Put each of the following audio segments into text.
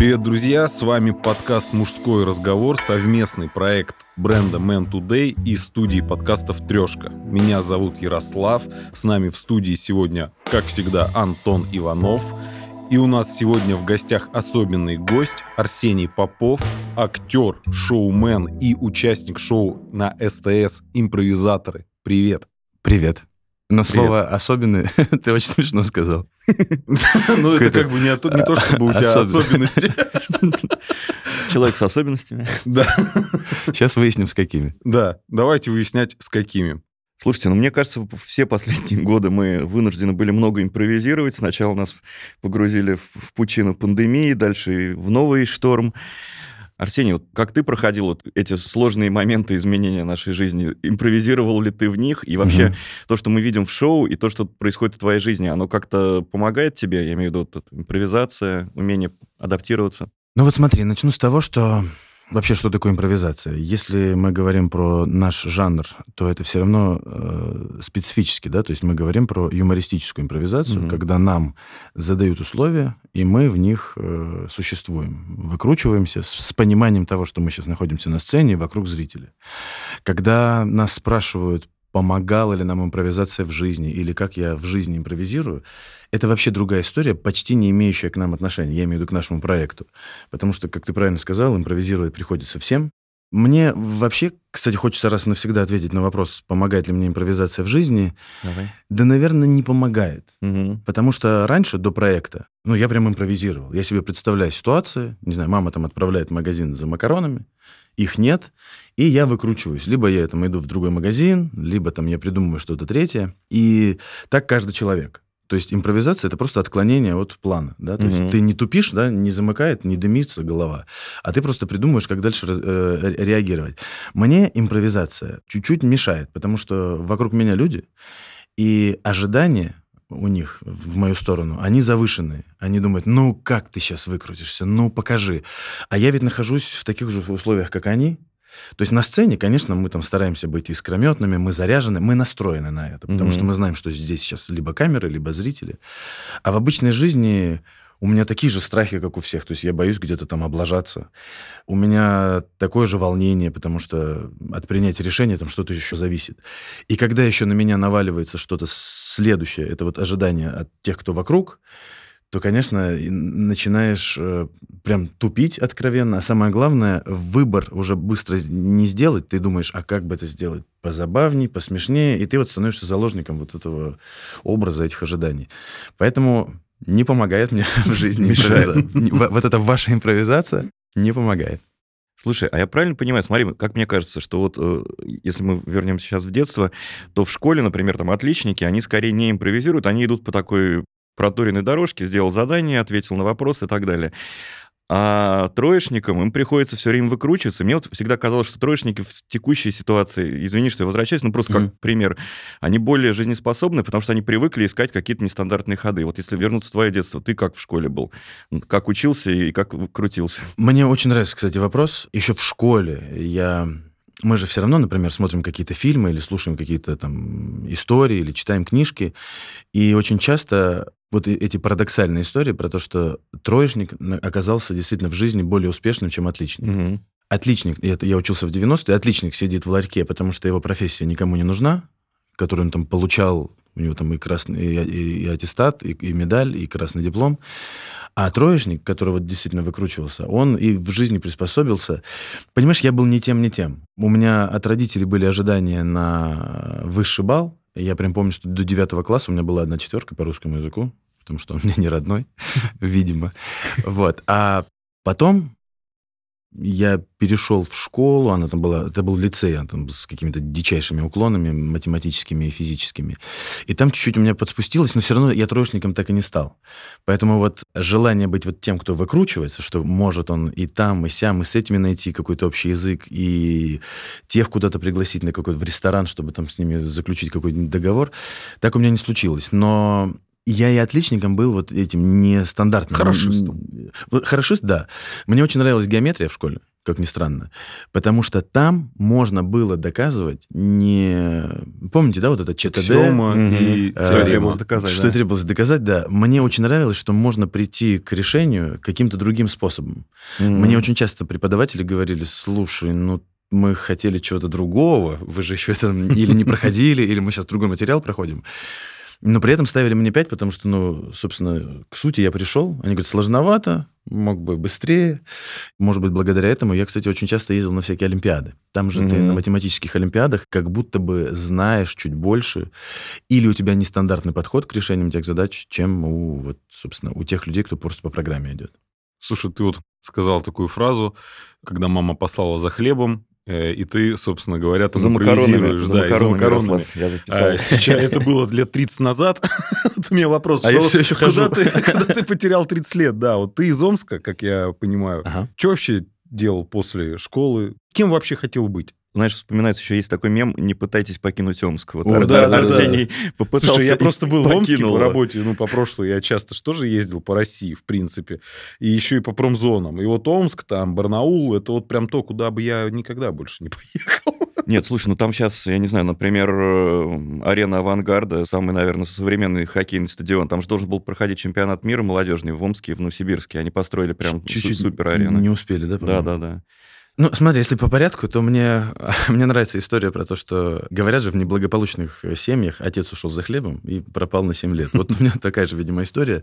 Привет, друзья! С вами подкаст «Мужской разговор», совместный проект бренда Man Today и студии подкастов «Трешка». Меня зовут Ярослав, с нами в студии сегодня, как всегда, Антон Иванов. И у нас сегодня в гостях особенный гость Арсений Попов, актер, шоумен и участник шоу на СТС «Импровизаторы». Привет! Привет. Но слово «особенный» ты очень смешно сказал. Ну, это как бы не то, чтобы у тебя особенности. Человек с особенностями. Да. Сейчас выясним, с какими. Да, давайте выяснять, с какими. Слушайте, мне кажется, все последние годы мы вынуждены были много импровизировать. Сначала нас погрузили в пучину пандемии, дальше в новый шторм. Арсений, как ты проходил эти сложные моменты изменения нашей жизни? Импровизировал ли ты в них? И вообще то, что мы видим в шоу, и то, что происходит в твоей жизни, оно как-то помогает тебе? Я имею в виду импровизация, умение адаптироваться. Ну вот смотри, начну с того, что вообще что такое импровизация. Если мы говорим про наш жанр, то это все равно специфически, да, то есть мы говорим про юмористическую импровизацию, когда нам задают условия, и мы в них существуем, выкручиваемся с пониманием того, что мы сейчас находимся на сцене вокруг зрителя. Когда нас спрашивают, помогала ли нам импровизация в жизни, или как я в жизни импровизирую, это вообще другая история, почти не имеющая к нам отношения, я имею в виду к нашему проекту. Потому что, как ты правильно сказал, импровизировать приходится всем. Мне вообще, кстати, хочется раз и навсегда ответить на вопрос, помогает ли мне импровизация в жизни. Давай. Да, наверное, не помогает. Потому что раньше, до проекта, я прям импровизировал. Я себе представляю ситуацию, не знаю, мама там отправляет в магазин за макаронами, их нет, и я выкручиваюсь. Либо я иду в другой магазин, либо там я придумываю что-то третье. И так каждый человек. То есть импровизация — это просто отклонение от плана. Да? То есть ты не тупишь, да, не замыкает, не дымится голова, а ты просто придумываешь, как дальше реагировать. Мне импровизация чуть-чуть мешает, потому что вокруг меня люди, и ожидания у них в мою сторону, они завышенные. Они думают, как ты сейчас выкрутишься, покажи. А я ведь нахожусь в таких же условиях, как они. То есть на сцене, конечно, мы там стараемся быть искрометными, мы заряжены, мы настроены на это, потому что мы знаем, что здесь сейчас либо камеры, либо зрители. А в обычной жизни у меня такие же страхи, как у всех. То есть я боюсь где-то там облажаться. У меня такое же волнение, потому что от принятия решения там что-то еще зависит. И когда еще на меня наваливается что-то следующее, это вот ожидание от тех, кто вокруг, то, конечно, начинаешь прям тупить откровенно. А самое главное, выбор уже быстро не сделать. Ты думаешь, а как бы это сделать позабавней, посмешнее? И ты вот становишься заложником вот этого образа, этих ожиданий. Поэтому не помогает мне в жизни импровизация. Вот эта ваша импровизация не помогает. Слушай, а я правильно понимаю, смотри, как мне кажется, что вот если мы вернемся сейчас в детство, то в школе, например, там отличники, они скорее не импровизируют, они идут по такой проторенной дорожке, сделал задание, ответил на вопрос и так далее. А троечникам им приходится все время выкручиваться. Мне вот всегда казалось, что троечники в текущей ситуации, извини, что я возвращаюсь, просто как пример, они более жизнеспособны, потому что они привыкли искать какие-то нестандартные ходы. Вот если вернуться в твое детство, ты как в школе был? Как учился и как крутился? Мне очень нравится, кстати, вопрос. Еще в школе мы же все равно, например, смотрим какие-то фильмы или слушаем какие-то там истории или читаем книжки. И очень часто вот эти парадоксальные истории про то, что троечник оказался действительно в жизни более успешным, чем отличник. Отличник, я учился в 90-е, отличник сидит в ларьке, потому что его профессия никому не нужна, которую он там получал, у него там и красный и аттестат, и медаль, и красный диплом. А троечник, который вот действительно выкручивался, он и в жизни приспособился. Понимаешь, я был ни тем, ни тем. У меня от родителей были ожидания на высший балл. Я прям помню, что до 9 класса у меня была 1 4 по русскому языку, потому что он мне не родной, видимо. Вот. А потом я перешел в школу, это был лицей, с какими-то дичайшими уклонами математическими и физическими. И там чуть-чуть у меня подспустилось, но все равно я троечником так и не стал. Поэтому вот желание быть вот тем, кто выкручивается, что может он и там, и сям, и с этими найти какой-то общий язык, и тех куда-то пригласить на какой-то в ресторан, чтобы там с ними заключить какой-нибудь договор, так у меня не случилось. Но я и отличником был вот этим нестандартным. Хорошистом. Хорошист, да. Мне очень нравилась геометрия в школе. как ни странно. Потому что там можно было доказывать не... Помните, да, вот это ЧТД? И что требовалось доказать. Что требовалось доказать, да. Мне очень нравилось, что можно прийти к решению каким-то другим способом. Мне очень часто преподаватели говорили, слушай, ну, мы хотели чего-то другого, вы же еще это или не проходили, или мы сейчас другой материал проходим. Но при этом ставили мне 5, потому что, ну, собственно, к сути я пришел. Они говорят, сложновато, мог бы быстрее. Может быть, благодаря этому я, кстати, очень часто ездил на всякие олимпиады. Там же ты на математических олимпиадах как будто бы знаешь чуть больше. Или у тебя нестандартный подход к решениям тех задач, чем у, собственно, у тех людей, кто просто по программе идет. Слушай, ты вот сказал такую фразу, когда мама послала за хлебом, и ты, собственно говоря, там импровизируешь. За макаронами. Я записал. Сейчас это было лет 30 назад. Вот у меня вопрос. А я все еще хожу. Когда ты потерял 30 лет, да, вот ты из Омска, как я понимаю. Что вообще делал после школы? Кем вообще хотел быть? Знаешь, вспоминается, еще есть такой мем «Не пытайтесь покинуть Омск». Вот Арсений попытался. Слушай, я просто был в Омске покинул по его. работе, по прошлой, я часто тоже ездил по России, в принципе, и еще и по промзонам. И вот Омск, там, Барнаул, это вот прям то, куда бы я никогда больше не поехал. Нет, слушай, ну там сейчас, я не знаю, например, арена «Авангарда», самый, наверное, современный хоккейный стадион, там же должен был проходить чемпионат мира молодежный в Омске и в Новосибирске. Они построили прям Чуть-чуть супер-арену. не успели, да? по-моему? Да. Ну, смотри, если по порядку, то мне нравится история про то, что, говорят же, в неблагополучных семьях отец ушел за хлебом и пропал на 7 лет. Вот у меня такая же, видимо, история.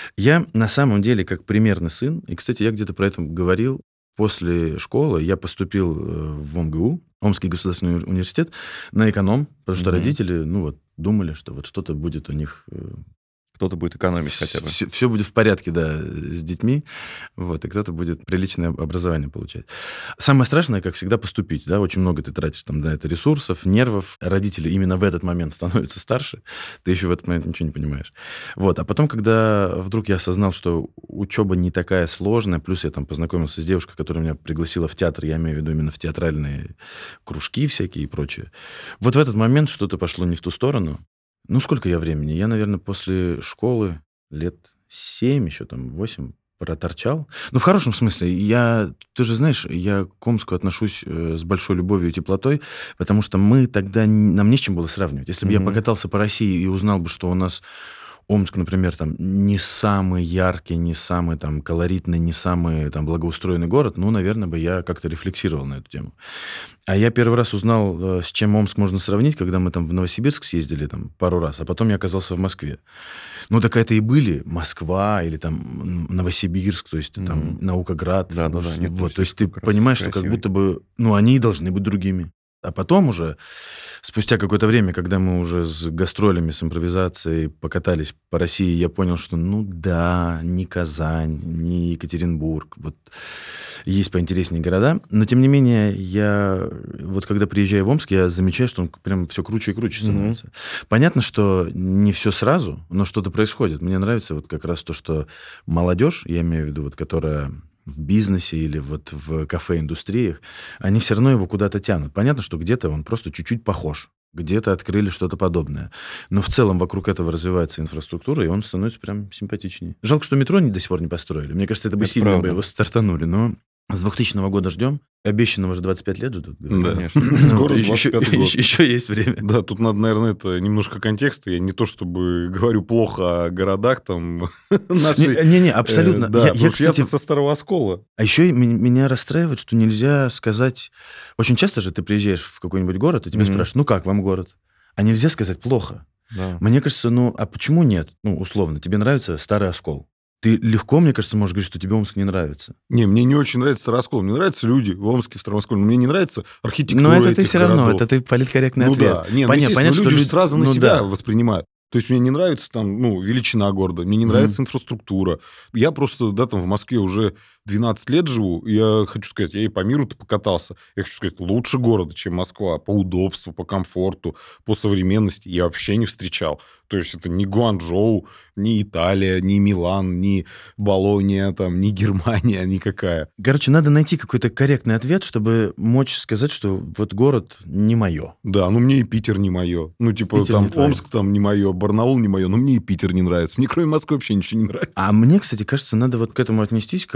Я на самом деле как примерный сын, и, кстати, я где-то про это говорил, после школы я поступил в ОМГУ, Омский государственный университет, на эконом, потому что родители, думали, что вот что-то будет у них... Кто-то будет экономить хотя бы. Все будет в порядке, да, с детьми, и кто-то будет приличное образование получать. Самое страшное, как всегда, поступить, да, очень много ты тратишь там на это ресурсов, нервов, родители именно в этот момент становятся старше, ты еще в этот момент ничего не понимаешь. А потом, когда вдруг я осознал, что учеба не такая сложная, плюс я там познакомился с девушкой, которая меня пригласила в театр, я имею в виду именно в театральные кружки всякие и прочее, в этот момент что-то пошло не в ту сторону. Сколько я времени? Я, наверное, после школы лет 7, еще там 8 проторчал. В хорошем смысле. Ты же знаешь, я к Омску отношусь с большой любовью и теплотой, потому что нам не с чем было сравнивать. Если бы я покатался по России и узнал бы, что у нас Омск, например, там не самый яркий, не самый там колоритный, не самый там благоустроенный город, наверное, бы я как-то рефлексировал на эту тему. А я первый раз узнал, с чем Омск можно сравнить, когда мы там в Новосибирск съездили там пару раз, а потом я оказался в Москве. Так это и были Москва или там Новосибирск, то есть там Наукоград. Да. То есть ты понимаешь, что как будто бы, они и должны быть другими. А потом уже, спустя какое-то время, когда мы уже с гастролями, с импровизацией покатались по России, я понял, что не Казань, не Екатеринбург, есть поинтереснее города. Но, тем не менее, я когда приезжаю в Омск, я замечаю, что он прям все круче и круче становится. Понятно, что не все сразу, но что-то происходит. Мне нравится как раз то, что молодежь, я имею в виду, которая... в бизнесе или в кафе-индустриях, они все равно его куда-то тянут. Понятно, что где-то он просто чуть-чуть похож, где-то открыли что-то подобное. Но в целом вокруг этого развивается инфраструктура, и он становится прям симпатичнее. Жалко, что метро до сих пор не построили. Мне кажется, это бы сильно бы его стартанули, но с 2000 года ждем. Обещанного же 25 лет ждут. Да, конечно. Скоро 25-й год. Еще есть время. Да, тут надо, наверное, это немножко контекста. Я не то чтобы говорю плохо о городах там наши. Не, абсолютно. Да, я, кстати, со Старого Оскола. А еще меня расстраивает, что нельзя сказать... Очень часто же ты приезжаешь в какой-нибудь город, и тебя спрашивают, как вам город? А нельзя сказать плохо. Да. Мне кажется, а почему нет? Условно, тебе нравится Старый Оскол. Ты легко, мне кажется, можешь говорить, что тебе Омск не нравится. Не, мне не очень нравится Старый Оскол. Мне нравятся люди в Омске, в Старом Осколе. Мне не нравится архитектура Но это этих ты все равно, городов. это ты политкорректный ответ. Да. Не, понятно, что люди же сразу на себя да. воспринимают. То есть мне не нравится там, величина города, мне не нравится инфраструктура. Я просто, там в Москве уже 12 лет живу, и я хочу сказать, я и по миру-то покатался. Я хочу сказать, лучше города, чем Москва. По удобству, по комфорту, по современности я вообще не встречал. То есть это не Гуанчжоу, не Италия, не Милан, не Болонья, там, не Германия никакая. Короче, надо найти какой-то корректный ответ, чтобы мочь сказать, что город не мое. Да, мне и Питер не мое. Питер там Омск там не мое, Барнаул не мое, но мне и Питер не нравится. Мне кроме Москвы вообще ничего не нравится. А мне, кстати, кажется, надо к этому отнестись как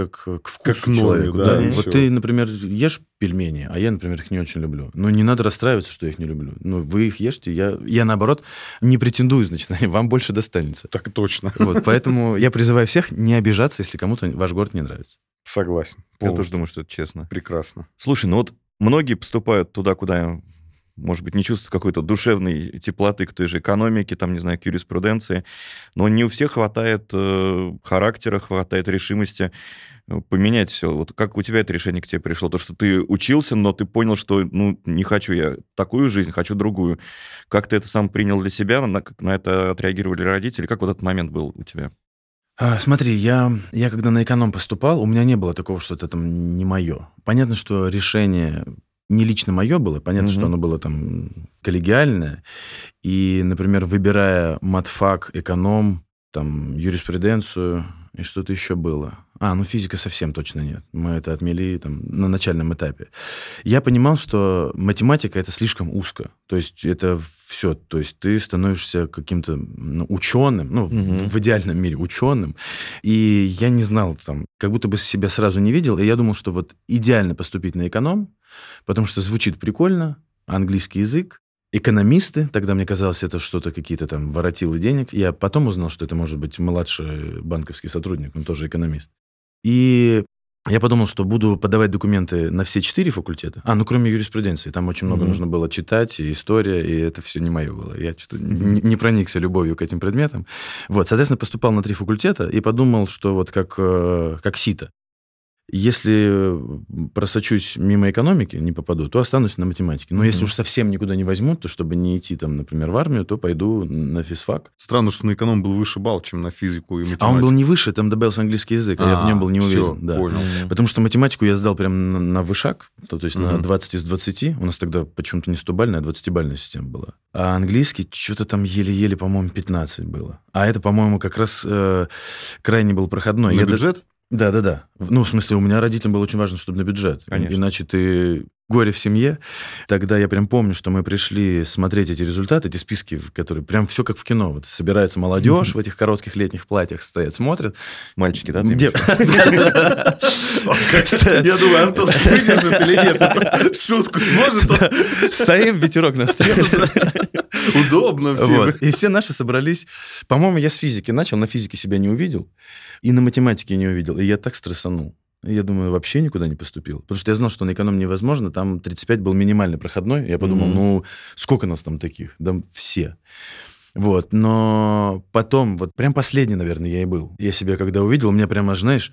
к вкусу Как норме, человеку. да, Да. и Вот всё. ты, например, ешь пельмени, а я, например, их не очень люблю. Но не надо расстраиваться, что я их не люблю. Ну, вы их ешьте, я наоборот, не претендую, значит, вам больше достанется. Так точно. Вот, поэтому я призываю всех не обижаться, если кому-то ваш город не нравится. Согласен. Я тоже Полностью. думаю, что это честно. Прекрасно. Слушай, ну вот многие поступают туда, куда, может быть, не чувствуют какой-то душевной теплоты к той же экономике, там, не знаю, к юриспруденции, но не у всех хватает характера, хватает решимости поменять все. Вот как у тебя это решение к тебе пришло? То, что ты учился, но ты понял, что, ну, не хочу я такую жизнь, хочу другую. Как ты это сам принял для себя? Как на это отреагировали родители? Как вот этот момент был у тебя? Смотри, я когда на эконом поступал, у меня не было такого, что это там не мое. Понятно, что решение не лично мое было, понятно, что оно было там коллегиальное. И, например, выбирая матфак, эконом, там, юриспруденцию и что-то еще было. Физика совсем точно нет. Мы это отмели там на начальном этапе. Я понимал, что математика — это слишком узко. То есть это все. То есть ты становишься каким-то ученым, в идеальном мире ученым. И я не знал, там, как будто бы себя сразу не видел. И я думал, что вот идеально поступить на эконом, потому что звучит прикольно, английский язык. Экономисты, тогда мне казалось, это что-то какие-то там воротилы денег. Я потом узнал, что это может быть младший банковский сотрудник, он тоже экономист. И я подумал, что буду подавать документы на все 4 факультета. Кроме юриспруденции. Там очень много нужно было читать, и история, и это все не мое было. Я что-то не проникся любовью к этим предметам. Вот, соответственно, поступал на 3 факультета и подумал, что вот как сито. Если просочусь мимо экономики, не попаду, то останусь на математике. Но если уж совсем никуда не возьмут, то чтобы не идти, там, например, в армию, то пойду на физфак. Странно, что на эконом был выше балл, чем на физику и математику. А он был не выше, там добавился английский язык, а я в нем был не уверен. Всё, Да. понял. Потому что математику я сдал прямо на вышаг, то есть на 20 из 20. У нас тогда почему-то не 100-бальная, а 20-бальная система была. А английский что-то там еле-еле, по-моему, 15 было. А это, по-моему, как раз крайне был проходной. На бюджет? Да. В смысле, у меня родителям было очень важно, чтобы на бюджет. Конечно. Иначе ты горе в семье. Тогда я прям помню, что мы пришли смотреть эти результаты, эти списки, которые прям все как в кино. Вот собирается молодежь в этих коротких летних платьях, стоят, смотрят. Мальчики, да? Я думаю, Антон выдержит или нет? Шутку сможет? Стоим, ветерок настроен. Удобно всем. И все наши собрались. По-моему, я с физики начал, на физике себя не увидел. И на математике не увидел. И я так стрессанул. Я думаю, вообще никуда не поступил. Потому что я знал, что на эконом невозможно. Там 35 был минимальный проходной. Я подумал, сколько нас там таких? Да все. Вот. Но потом, вот прям последний, наверное, я и был. Я себя когда увидел, у меня прямо, знаешь,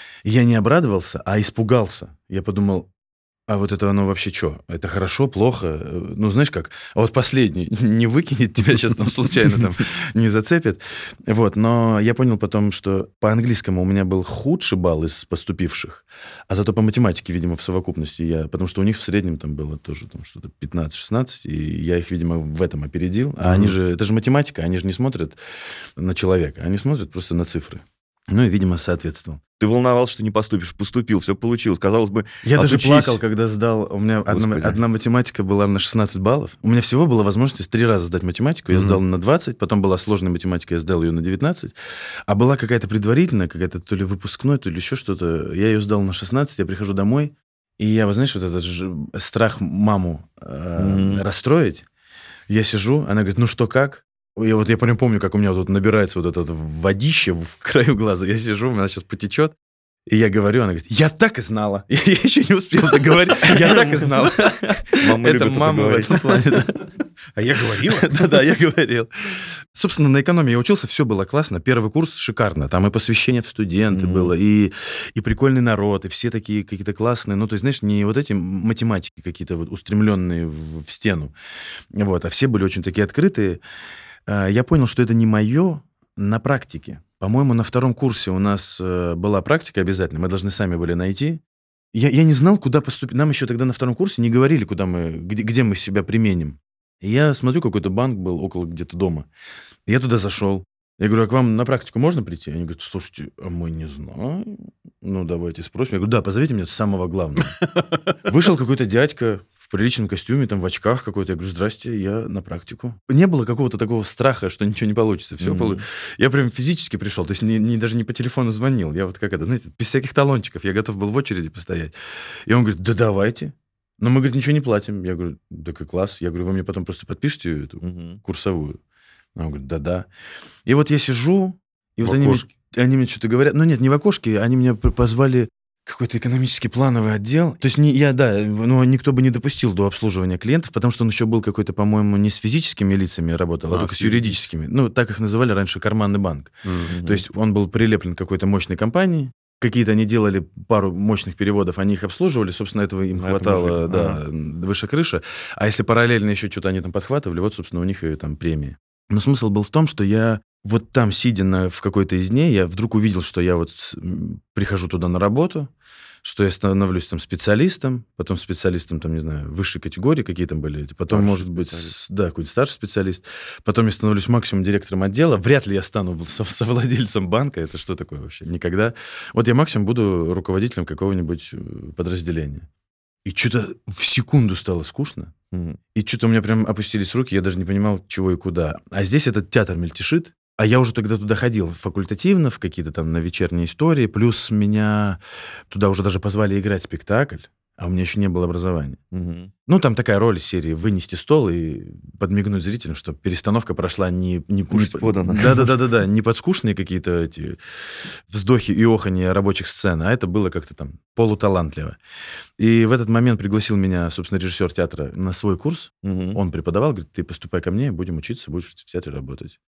я не обрадовался, а испугался. Я подумал, а вот это оно вообще что? Это хорошо, плохо? Ну, знаешь как? А вот последний не выкинет тебя сейчас там случайно там не зацепит. Вот, но я понял потом, что по английскому у меня был худший балл из поступивших, а зато по математике, видимо, в совокупности потому что у них в среднем там было тоже там что-то 15-16, и я их, видимо, в этом опередил. А они же, это же математика, они же не смотрят на человека, они смотрят просто на цифры. Ну и, видимо, соответствовал. Ты волновался, что не поступишь, поступил, все получилось. Казалось бы, я даже отучись. плакал, когда сдал. У меня одна математика была на 16 баллов. У меня всего была возможность 3 раза сдать математику. Я сдал на 20, потом была сложная математика, я сдал ее на 19. А была какая-то предварительная, какая-то то ли выпускной, то ли еще что-то. Я ее сдал на 16, я прихожу домой, и я, вот знаешь, вот этот страх маму расстроить. Я сижу, она говорит, ну что, как? Я прям помню, как у меня вот тут набирается вот это водище в краю глаза. Я сижу, у меня сейчас потечет. И я говорю, она говорит, я так и знала. Я еще не успел договорить. Я так и знала. Мама это любит мама в этом плане. А я говорила? Да, я говорил. Собственно, на экономии я учился, все было классно. Первый курс шикарно. Там и посвящение в студенты было, и прикольный народ, и все такие какие-то классные. Ну, то есть, знаешь, не вот эти математики какие-то вот устремленные в стену. Вот, а все были очень такие открытые. Я понял, что это не мое на практике. По-моему, на 2-м курсе у нас была практика обязательно. Мы должны сами были найти. Я не знал, куда поступить. Нам еще тогда на 2-м курсе не говорили, где мы себя применим. И я смотрю, какой-то банк был около где-то дома. Я туда зашел. Я говорю, а к вам на практику можно прийти? Они говорят, слушайте, а мы не знаем. Ну, давайте спросим. Я говорю, да, позовите меня самого главного. Вышел какой-то дядька в приличном костюме, там, в очках какой-то. Я говорю, здрасте, я на практику. Не было какого-то такого страха, что ничего не получится. Все Я прям физически пришел, то есть даже не по телефону звонил. Я вот как это, знаете, без всяких талончиков. Я готов был в очереди постоять. И он говорит, да давайте. Но мы, говорит, ничего не платим. Я говорю, да как класс. Я говорю, вы мне потом просто подпишите эту курсовую. Он говорит, да-да. И вот я сижу, и вот они мне что-то говорят. Ну нет, не в окошке, они меня позвали какой-то экономический плановый отдел. То есть но никто бы не допустил до обслуживания клиентов, потому что он еще был какой-то, по-моему, не с физическими лицами работал, а только с юридическими. Ну, так их называли раньше карманный банк. То есть он был прилеплен к какой-то мощной компании. Какие-то они делали пару мощных переводов, они их обслуживали, собственно, этого им хватало, выше крыша. А если параллельно еще что-то они там подхватывали, вот, собственно, у них и там премии. Но смысл был в том, что я вот там, сидя в какой-то из дней, я вдруг увидел, что я вот прихожу туда на работу, что я становлюсь там специалистом, потом специалистом, там, не знаю, высшей категории, какие там были, потом, может быть, какой-то старший специалист, потом я становлюсь максимум директором отдела, вряд ли я стану совладельцем банка, это что такое вообще? Никогда. Вот я максимум буду руководителем какого-нибудь подразделения. И что-то в секунду стало скучно, и что-то у меня прям опустились руки, я даже не понимал, чего и куда. А здесь этот театр мельтешит, а я уже тогда туда ходил факультативно, в какие-то там на вечерние истории, плюс меня туда уже даже позвали играть спектакль, а у меня еще не было образования. Ну, там такая роль из серии «Вынести стол и подмигнуть зрителям», чтобы перестановка прошла не подано. Да, не под скучные какие-то эти вздохи и оханья рабочих сцен, а это было как-то там полуталантливо. И в этот момент пригласил меня, собственно, режиссер театра на свой курс. Он преподавал, говорит, ты поступай ко мне, будем учиться, будешь в театре работать.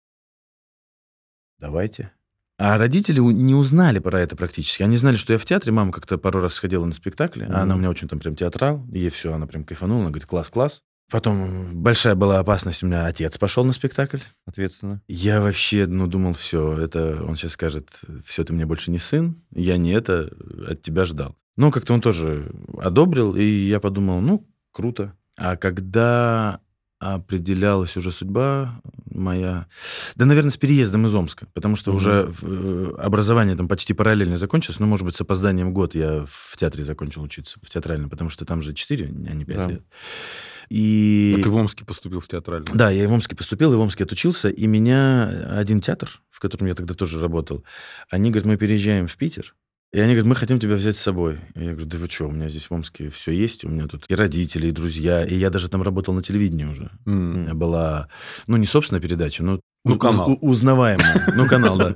Давайте. А родители не узнали про это практически. Они знали, что я в театре. Мама как-то пару раз сходила на спектакли. А она у меня очень там прям театрал. Ей все, она прям кайфанула. Она говорит, класс. Потом большая была опасность. У меня отец пошел на спектакль. Ответственно. Я вообще, думал, все, это он сейчас скажет, все, ты мне больше не сын. Я не это от тебя ждал. Но как-то он тоже одобрил. И я подумал, круто. А когда определялась уже судьба моя, наверное, с переездом из Омска, потому что уже образование там почти параллельно закончилось, может быть, с опозданием год я в театре закончил учиться, в театральном, потому что там же 4, а не 5 лет. И... А ты в Омске поступил в театральный? Да, я и в Омске поступил, и в Омске отучился, и меня один театр, в котором я тогда тоже работал, они говорят, мы переезжаем в Питер, и они говорят, мы хотим тебя взять с собой. И я говорю, да вы что, у меня здесь в Омске все есть, у меня тут и родители, и друзья, и я даже там работал на телевидении уже. У меня была, не собственная передача, но канал. узнаваемая. Канал, да.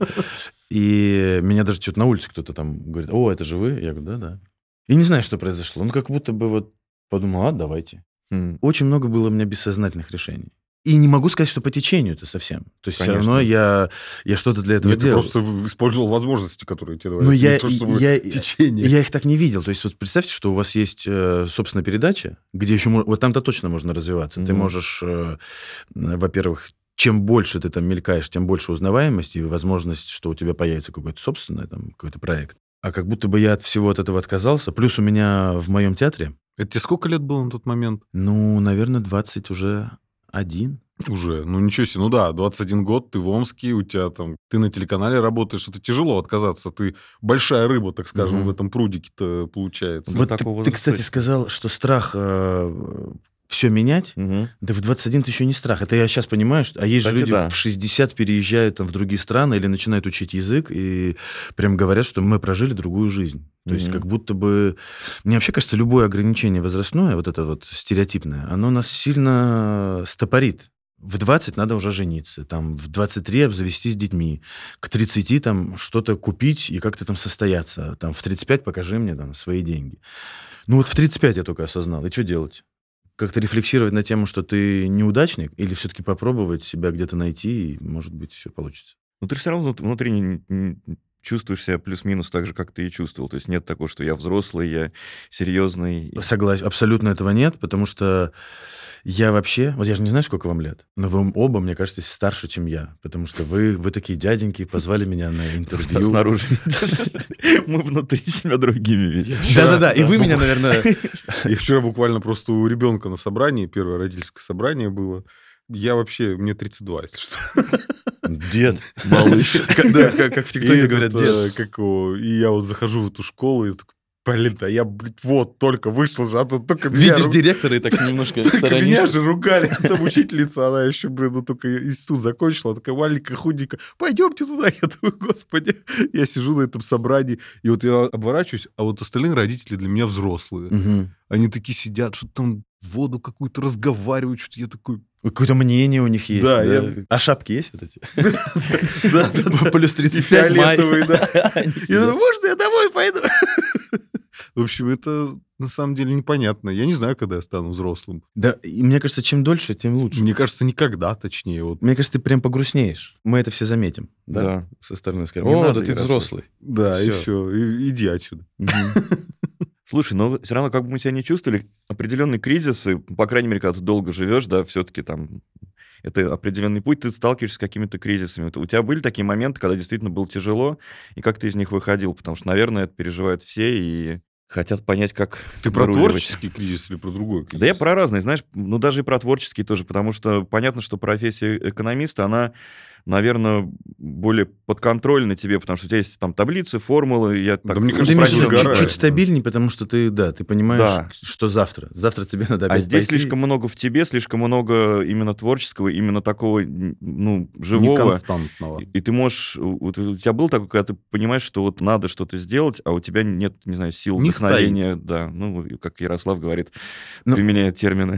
И меня даже что-то на улице кто-то там говорит, о, это же вы? Я говорю, да. И не знаю, что произошло. Как будто бы вот подумал, давайте. Очень много было у меня бессознательных решений. И не могу сказать, что по течению-то совсем. То есть, конечно, все равно я что-то для этого делал. Ты просто использовал возможности, которые тебе давали. Течение. Я их так не видел. То есть, вот представьте, что у вас есть собственная передача, где еще... Вот там-то точно можно развиваться. Ты можешь, во-первых, чем больше ты там мелькаешь, тем больше узнаваемости и возможность, что у тебя появится какой-то собственный какой-то проект. А как будто бы я от всего от этого отказался. Плюс у меня в моем театре... Это тебе сколько лет было на тот момент? Наверное, 20 уже... Уже, ничего себе, 21 год, ты в Омске, у тебя там, ты на телеканале работаешь, это тяжело отказаться, ты большая рыба, так скажем, в этом прудике-то получается. Вот ты, кстати, сказал, что страх все менять, да в 21 это еще не страх, это я сейчас понимаю, что, есть же люди в 60 переезжают там в другие страны или начинают учить язык и прям говорят, что мы прожили другую жизнь. То есть как будто бы... Мне вообще кажется, любое ограничение возрастное, вот это вот стереотипное, оно нас сильно стопорит. В 20 надо уже жениться, там, в 23 обзавестись детьми, к 30 там что-то купить и как-то там состояться, там, в 35 покажи мне там свои деньги. Вот в 35 я только осознал, и что делать? Как-то рефлексировать на тему, что ты неудачник, или все-таки попробовать себя где-то найти, и, может быть, все получится? Ты все равно внутри чувствуешь себя плюс-минус так же, как ты и чувствовал. То есть нет такого, что я взрослый, я серьезный. Согласен, абсолютно этого нет, потому что я вообще... Вот я же не знаю, сколько вам лет, но вы оба, мне кажется, старше, чем я, потому что вы такие дяденьки, позвали меня на интервью. Снаружи. Мы внутри себя другими видим. Да-да-да, и вы меня, наверное... И вчера буквально просто у ребенка на собрании, первое родительское собрание было, мне 32, если что. Дед, малыш. Да, как в ТикТоке говорят, дед. И я вот захожу в эту школу, и Блин, да я, вот, только вышел же, а тут только Видишь директора и так немножко Только меня сторонишься. же ругали, там учительница, она еще, только институт закончила, такая маленькая, худенькая, пойдемте туда. Я думаю, господи, я сижу на этом собрании, и вот я оборачиваюсь, а вот остальные родители для меня взрослые. Они такие сидят, что-то там воду какую-то разговаривают, что-то я такой... Какое-то мнение у них есть. Да, А шапки есть вот эти? Да, Плюс 35 май. фиолетовые, да. Они Я сидят. думаю, можно я домой пойду? В общем, это на самом деле непонятно. Я не знаю, когда я стану взрослым. Да, и мне кажется, чем дольше, тем лучше. Мне кажется, никогда, точнее. Вот. Мне кажется, ты прям погрустнеешь. Мы это все заметим. Да. Со стороны скажем. Не О, надо, да ты Ярослав. взрослый. Да, и Всё. все, иди отсюда. Слушай, но все равно, как бы мы себя не чувствовали, определенные кризисы, по крайней мере, когда ты долго живешь, да, все-таки там это определенный путь, ты сталкиваешься с какими-то кризисами. Вот у тебя были такие моменты, когда действительно было тяжело, и как ты из них выходил? Потому что, наверное, это переживают все и хотят понять, как Ты про выруливать. творческий кризис или про другой кризис? Да я про разные, знаешь, ну даже и про творческий тоже, потому что понятно, что профессия экономиста, она, наверное, более подконтрольна тебе, потому что у тебя есть там таблицы, формулы, я так мне Ты кажется, имеешь в виду сгорает. чуть-чуть стабильнее, потому что ты понимаешь, Да. что завтра. Завтра тебе надо А опять здесь пойти. слишком много в тебе, слишком много именно творческого, именно такого, ну, живого. Неконстантного. И ты можешь... Вот у тебя был такой, когда ты понимаешь, что вот надо что-то сделать, а у тебя нет, не знаю, сил, Не вдохновения. Да, ну, как Ярослав говорит, Ну, применяет термины.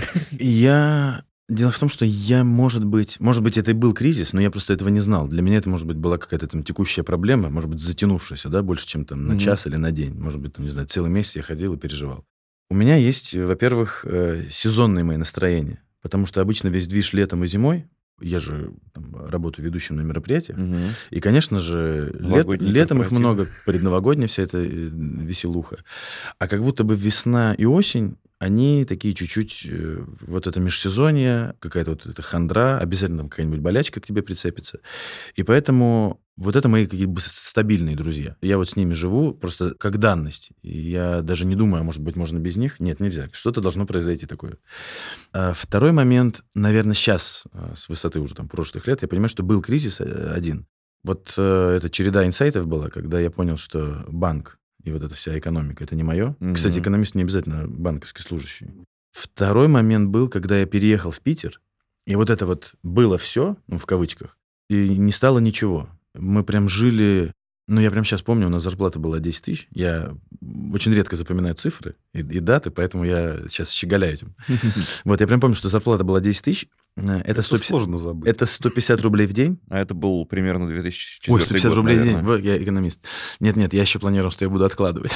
Дело в том, что может быть, это и был кризис, но я просто этого не знал. Для меня это, может быть, была какая-то там текущая проблема, может быть, затянувшаяся, да, больше, чем там на час или на день. Может быть, там, не знаю, целый месяц я ходил и переживал. У меня есть, во-первых, сезонные мои настроения, потому что обычно весь движ летом и зимой. Я же там работаю ведущим на мероприятиях. И, конечно же, Новогодние летом их корпоративы. много, предновогодняя вся эта веселуха. А как будто бы весна и осень, они такие чуть-чуть, вот это межсезонье, какая-то вот эта хандра, обязательно там какая-нибудь болячка к тебе прицепится. И поэтому вот это мои какие бы стабильные друзья. Я вот с ними живу просто как данность. И я даже не думаю, а может быть, можно без них. Нет, нельзя. Что-то должно произойти такое. А второй момент, наверное, сейчас, с высоты уже там прошлых лет, я понимаю, что был кризис один. Вот эта череда инсайтов была, когда я понял, что банк и вот эта вся экономика — это не мое. Кстати, экономист не обязательно банковский служащий. Второй момент был, когда я переехал в Питер, и вот это вот было все, ну, в кавычках, и не стало ничего. Мы прям жили... Ну, я прям сейчас помню, у нас зарплата была 10 тысяч. Я очень редко запоминаю цифры и даты, поэтому я сейчас щеголяю этим. Вот, я прям помню, что зарплата была 10 тысяч. Это сложно забыть. Это 150 рублей в день. А это был примерно 2004 Ой, 150 год, рублей в день. наверное. Вот, я экономист. Нет, я еще планировал, что я буду откладывать.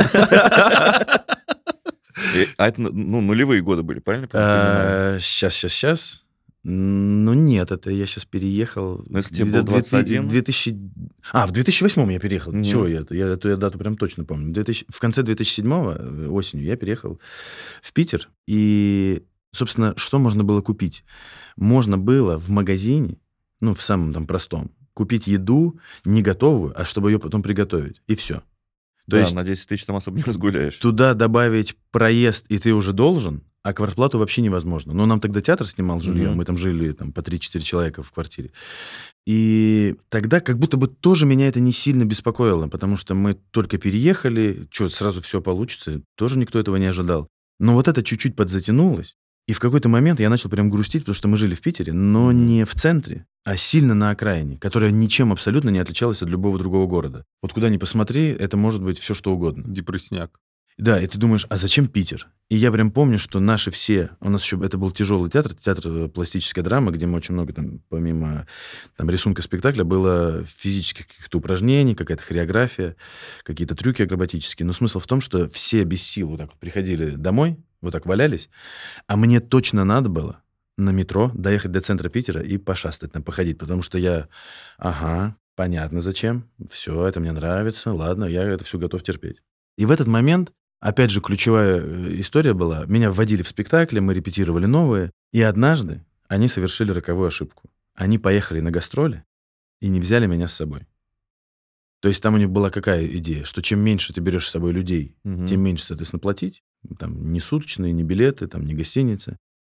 А это, ну, нулевые годы были, правильно? я понимаю? Сейчас. Ну, нет, это я сейчас переехал. Ну, если тебе было 21? 2000... в 2008 я переехал. Мгм. Чего я? Эту я дату прям точно помню. В конце 2007 осенью я переехал в Питер. И, собственно, что можно было купить? Можно было в магазине, ну, в самом там простом, купить еду не готовую, а чтобы ее потом приготовить. И все. То Да, есть на 10 тысяч там особо не разгуляешь. туда добавить проезд, и ты уже должен, а квартплату вообще невозможно. Но нам тогда театр снимал жилье, мы там жили там, по 3-4 человека в квартире. И тогда как будто бы тоже меня это не сильно беспокоило, потому что мы только переехали, что, сразу все получится, тоже никто этого не ожидал. Но вот это чуть-чуть подзатянулось, и в какой-то момент я начал прям грустить, потому что мы жили в Питере, но не в центре, а сильно на окраине, которая ничем абсолютно не отличалась от любого другого города. Вот куда ни посмотри, это может быть все что угодно. Депрессняк. Да, и ты думаешь, а зачем Питер? И я прям помню, что наши все... У нас еще... Это был тяжелый театр пластической драмы, где мы очень много, там, помимо там, рисунка спектакля, было физических каких-то упражнений, какая-то хореография, какие-то трюки акробатические. Но смысл в том, что все без сил вот так вот приходили домой, вот так валялись, а мне точно надо было на метро доехать до центра Питера и пошастать там, походить, потому что я... понятно зачем, все, это мне нравится, ладно, я это все готов терпеть. И в этот момент... Опять же, ключевая история была. Меня вводили в спектакли, мы репетировали новые. И однажды они совершили роковую ошибку. Они поехали на гастроли и не взяли меня с собой. То есть там у них была какая идея? Что чем меньше ты берешь с собой людей, тем меньше, соответственно, платить. Там ни суточные, ни билеты, там, ни гостиницы.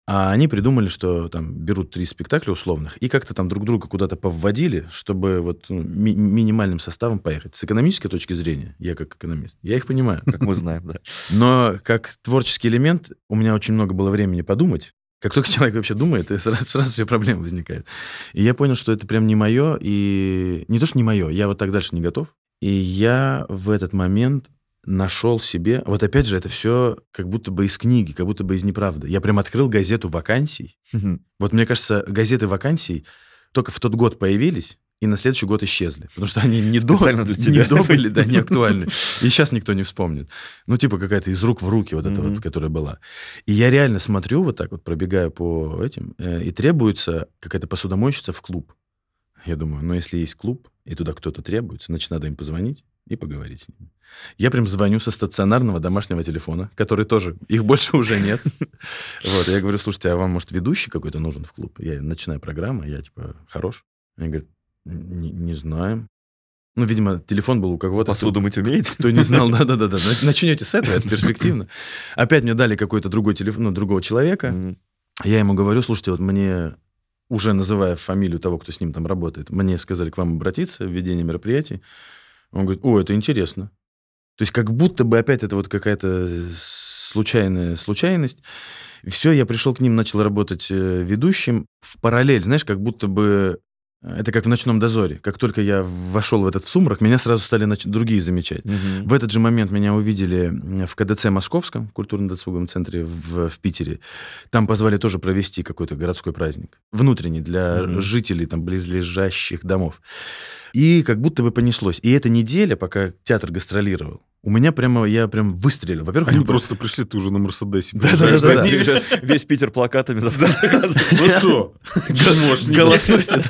А они придумали, что там берут 3 спектакля условных и как-то там друг друга куда-то повводили, чтобы вот минимальным составом поехать. С экономической точки зрения, я как экономист, я их понимаю. Как мы знаем, да. Но как творческий элемент у меня очень много было времени подумать. Как только человек вообще думает, и сразу все проблемы возникают. И я понял, что это прям не мое, и не то, что не мое, я вот так дальше не готов. И я в этот момент нашел себе... Вот опять же, это все как будто бы из книги, как будто бы из неправды. Я прям открыл газету вакансий. Вот мне кажется, газеты вакансий только в тот год появились, и на следующий год исчезли. Потому что они не до были, да, не актуальны. И сейчас никто не вспомнит. Ну, типа какая-то из рук в руки вот эта вот, которая была. И я реально смотрю вот так вот, пробегаю по этим, и требуется какая-то посудомойщица в клуб. Я думаю, ну, если есть клуб, и туда кто-то требуется, значит, надо им позвонить и поговорить с ними. Я прям звоню со стационарного домашнего телефона, который тоже, их больше уже нет. Вот, я говорю, слушайте, а вам, может, ведущий какой-то нужен в клуб? Я начинаю программу, я типа, хорош. Они говорят, не знаем. Ну, видимо, телефон был у кого-то. Посуду мыть умеете? Кто не знал, да-да-да. Начнете с этого, это перспективно. Опять мне дали какой-то другой телефон, ну, другого человека. Я ему говорю, слушайте, вот мне, уже называя фамилию того, кто с ним там работает, мне сказали к вам обратиться в ведение мероприятий. Он говорит, о, это интересно. То есть как будто бы опять это вот какая-то случайность. Все, я пришел к ним, начал работать ведущим в параллель, знаешь, как будто бы это как в «Ночном дозоре». Как только я вошел в этот сумрак, меня сразу стали другие замечать. В этот же момент меня увидели в КДЦ Московском, в культурно-досуговом центре в Питере. Там позвали тоже провести какой-то городской праздник. Внутренний, для жителей там близлежащих домов. И как будто бы понеслось. И эта неделя, пока театр гастролировал, у меня прямо, я прям выстрелил. Во-первых, они просто пришли, ты уже на Мерседесе. Да. Весь Питер плакатами. Ну что? Голосуйте.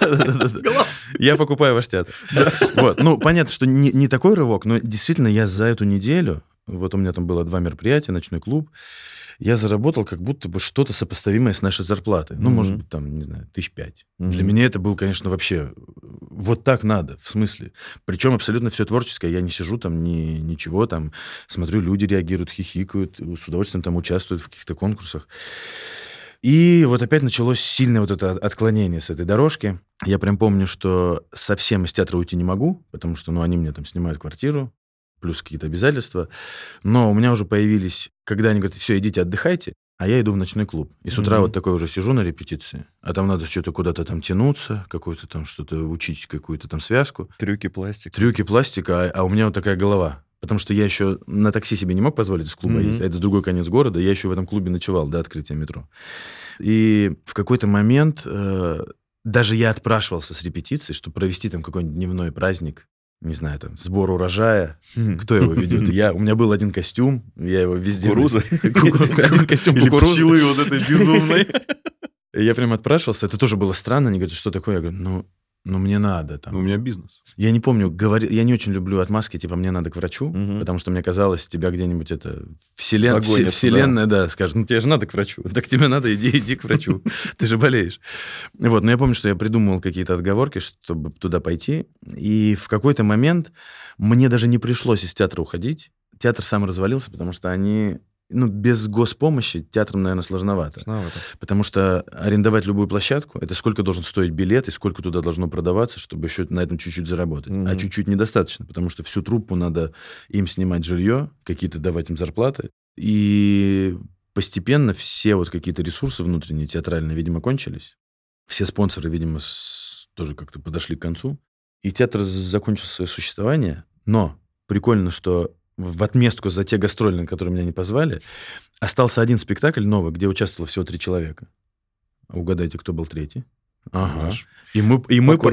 Я покупаю ваш театр. Вот. Ну, понятно, что не такой рывок, но действительно я за эту неделю, вот у меня там было 2 мероприятия, ночной клуб, я заработал как будто бы что-то сопоставимое с нашей зарплатой. Ну, может быть, там, не знаю, 5 000. Для меня это был, конечно, вообще... Вот так надо, в смысле. Причем абсолютно все творческое. Я не сижу там, ничего там. Смотрю, люди реагируют, хихикают, с удовольствием там участвуют в каких-то конкурсах. И вот опять началось сильное вот это отклонение с этой дорожки. Я прям помню, что совсем из театра уйти не могу, потому что, ну, они мне там снимают квартиру, плюс какие-то обязательства. Но у меня уже появились, когда они говорят, все, идите, отдыхайте, а я иду в ночной клуб. И с утра вот такой уже сижу на репетиции, а там надо что-то куда-то там тянуться, какое-то там что-то учить, какую-то там связку. Трюки пластика, а у меня вот такая голова. Потому что я еще на такси себе не мог позволить из клуба ездить, а это другой конец города, я еще в этом клубе ночевал до открытия метро. И в какой-то момент даже я отпрашивался с репетиции, чтобы провести там какой-нибудь дневной праздник, не знаю, там, сбор урожая. Кто его ведет? У меня был один костюм, я его везде... Кукуруза? Один костюм или кукурузы. пчелы вот этой безумной. Я прям отпрашивался, это тоже было странно, они говорят, что такое? Я говорю, ну мне надо там. У меня бизнес. Я не помню, я не очень люблю отмазки, типа, мне надо к врачу, потому что мне казалось, тебя где-нибудь это... Вселенная, да, скажет, ну тебе же надо к врачу. Так тебе надо, иди к врачу. Ты же болеешь. Вот, но я помню, что я придумывал какие-то отговорки, чтобы туда пойти. И в какой-то момент мне даже не пришлось из театра уходить. Театр сам развалился, потому что они... Ну, без госпомощи театрам, наверное, сложновато. Потому что арендовать любую площадку, это сколько должен стоить билет и сколько туда должно продаваться, чтобы еще на этом чуть-чуть заработать. А чуть-чуть недостаточно, потому что всю труппу надо им снимать жилье, какие-то давать им зарплаты. И постепенно все вот какие-то ресурсы внутренние, театральные, видимо, кончились. Все спонсоры, видимо, тоже как-то подошли к концу. И театр закончил свое существование. Но прикольно, что в отместку за те гастроли, на которые меня не позвали, остался один спектакль новый, где участвовало всего 3 человека. Угадайте, кто был 3-й? Ага. И мы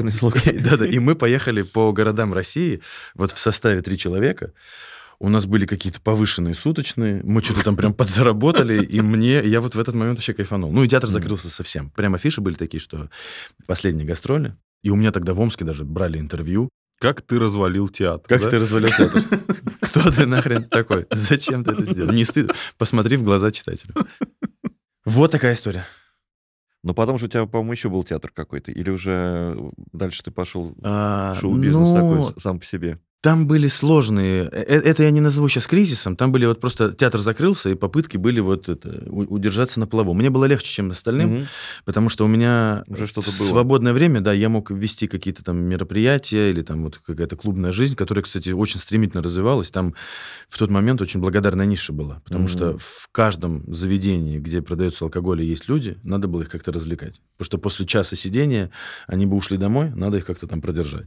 поехали по городам России вот в составе 3 человека. У нас были какие-то повышенные суточные, мы что-то там прям подзаработали, и я вот в этот момент вообще кайфанул. Ну и театр закрылся совсем. Прям афиши были такие, что последние гастроли. И у меня тогда в Омске даже брали интервью. Как ты развалил театр? Как ты развалил театр? Кто ты нахрен такой? Зачем ты это сделал? Не стыдно? Посмотри в глаза читателю. Вот такая история. Но потом же у тебя, по-моему, еще был театр какой-то. Или уже дальше ты пошел в шоу-бизнес такой сам по себе? Там были сложные... Это я не назову сейчас кризисом. Там были вот просто... Театр закрылся, и попытки были вот это, удержаться на плаву. Мне было легче, чем остальным, потому что у меня уже что-то в было. свободное время, да, я мог вести какие-то там мероприятия или там вот какая-то клубная жизнь, которая, кстати, очень стремительно развивалась. Там в тот момент очень благодарная ниша была, потому что в каждом заведении, где продается алкоголь и есть люди, надо было их как-то развлекать. Потому что после часа сидения они бы ушли домой, надо их как-то там продержать.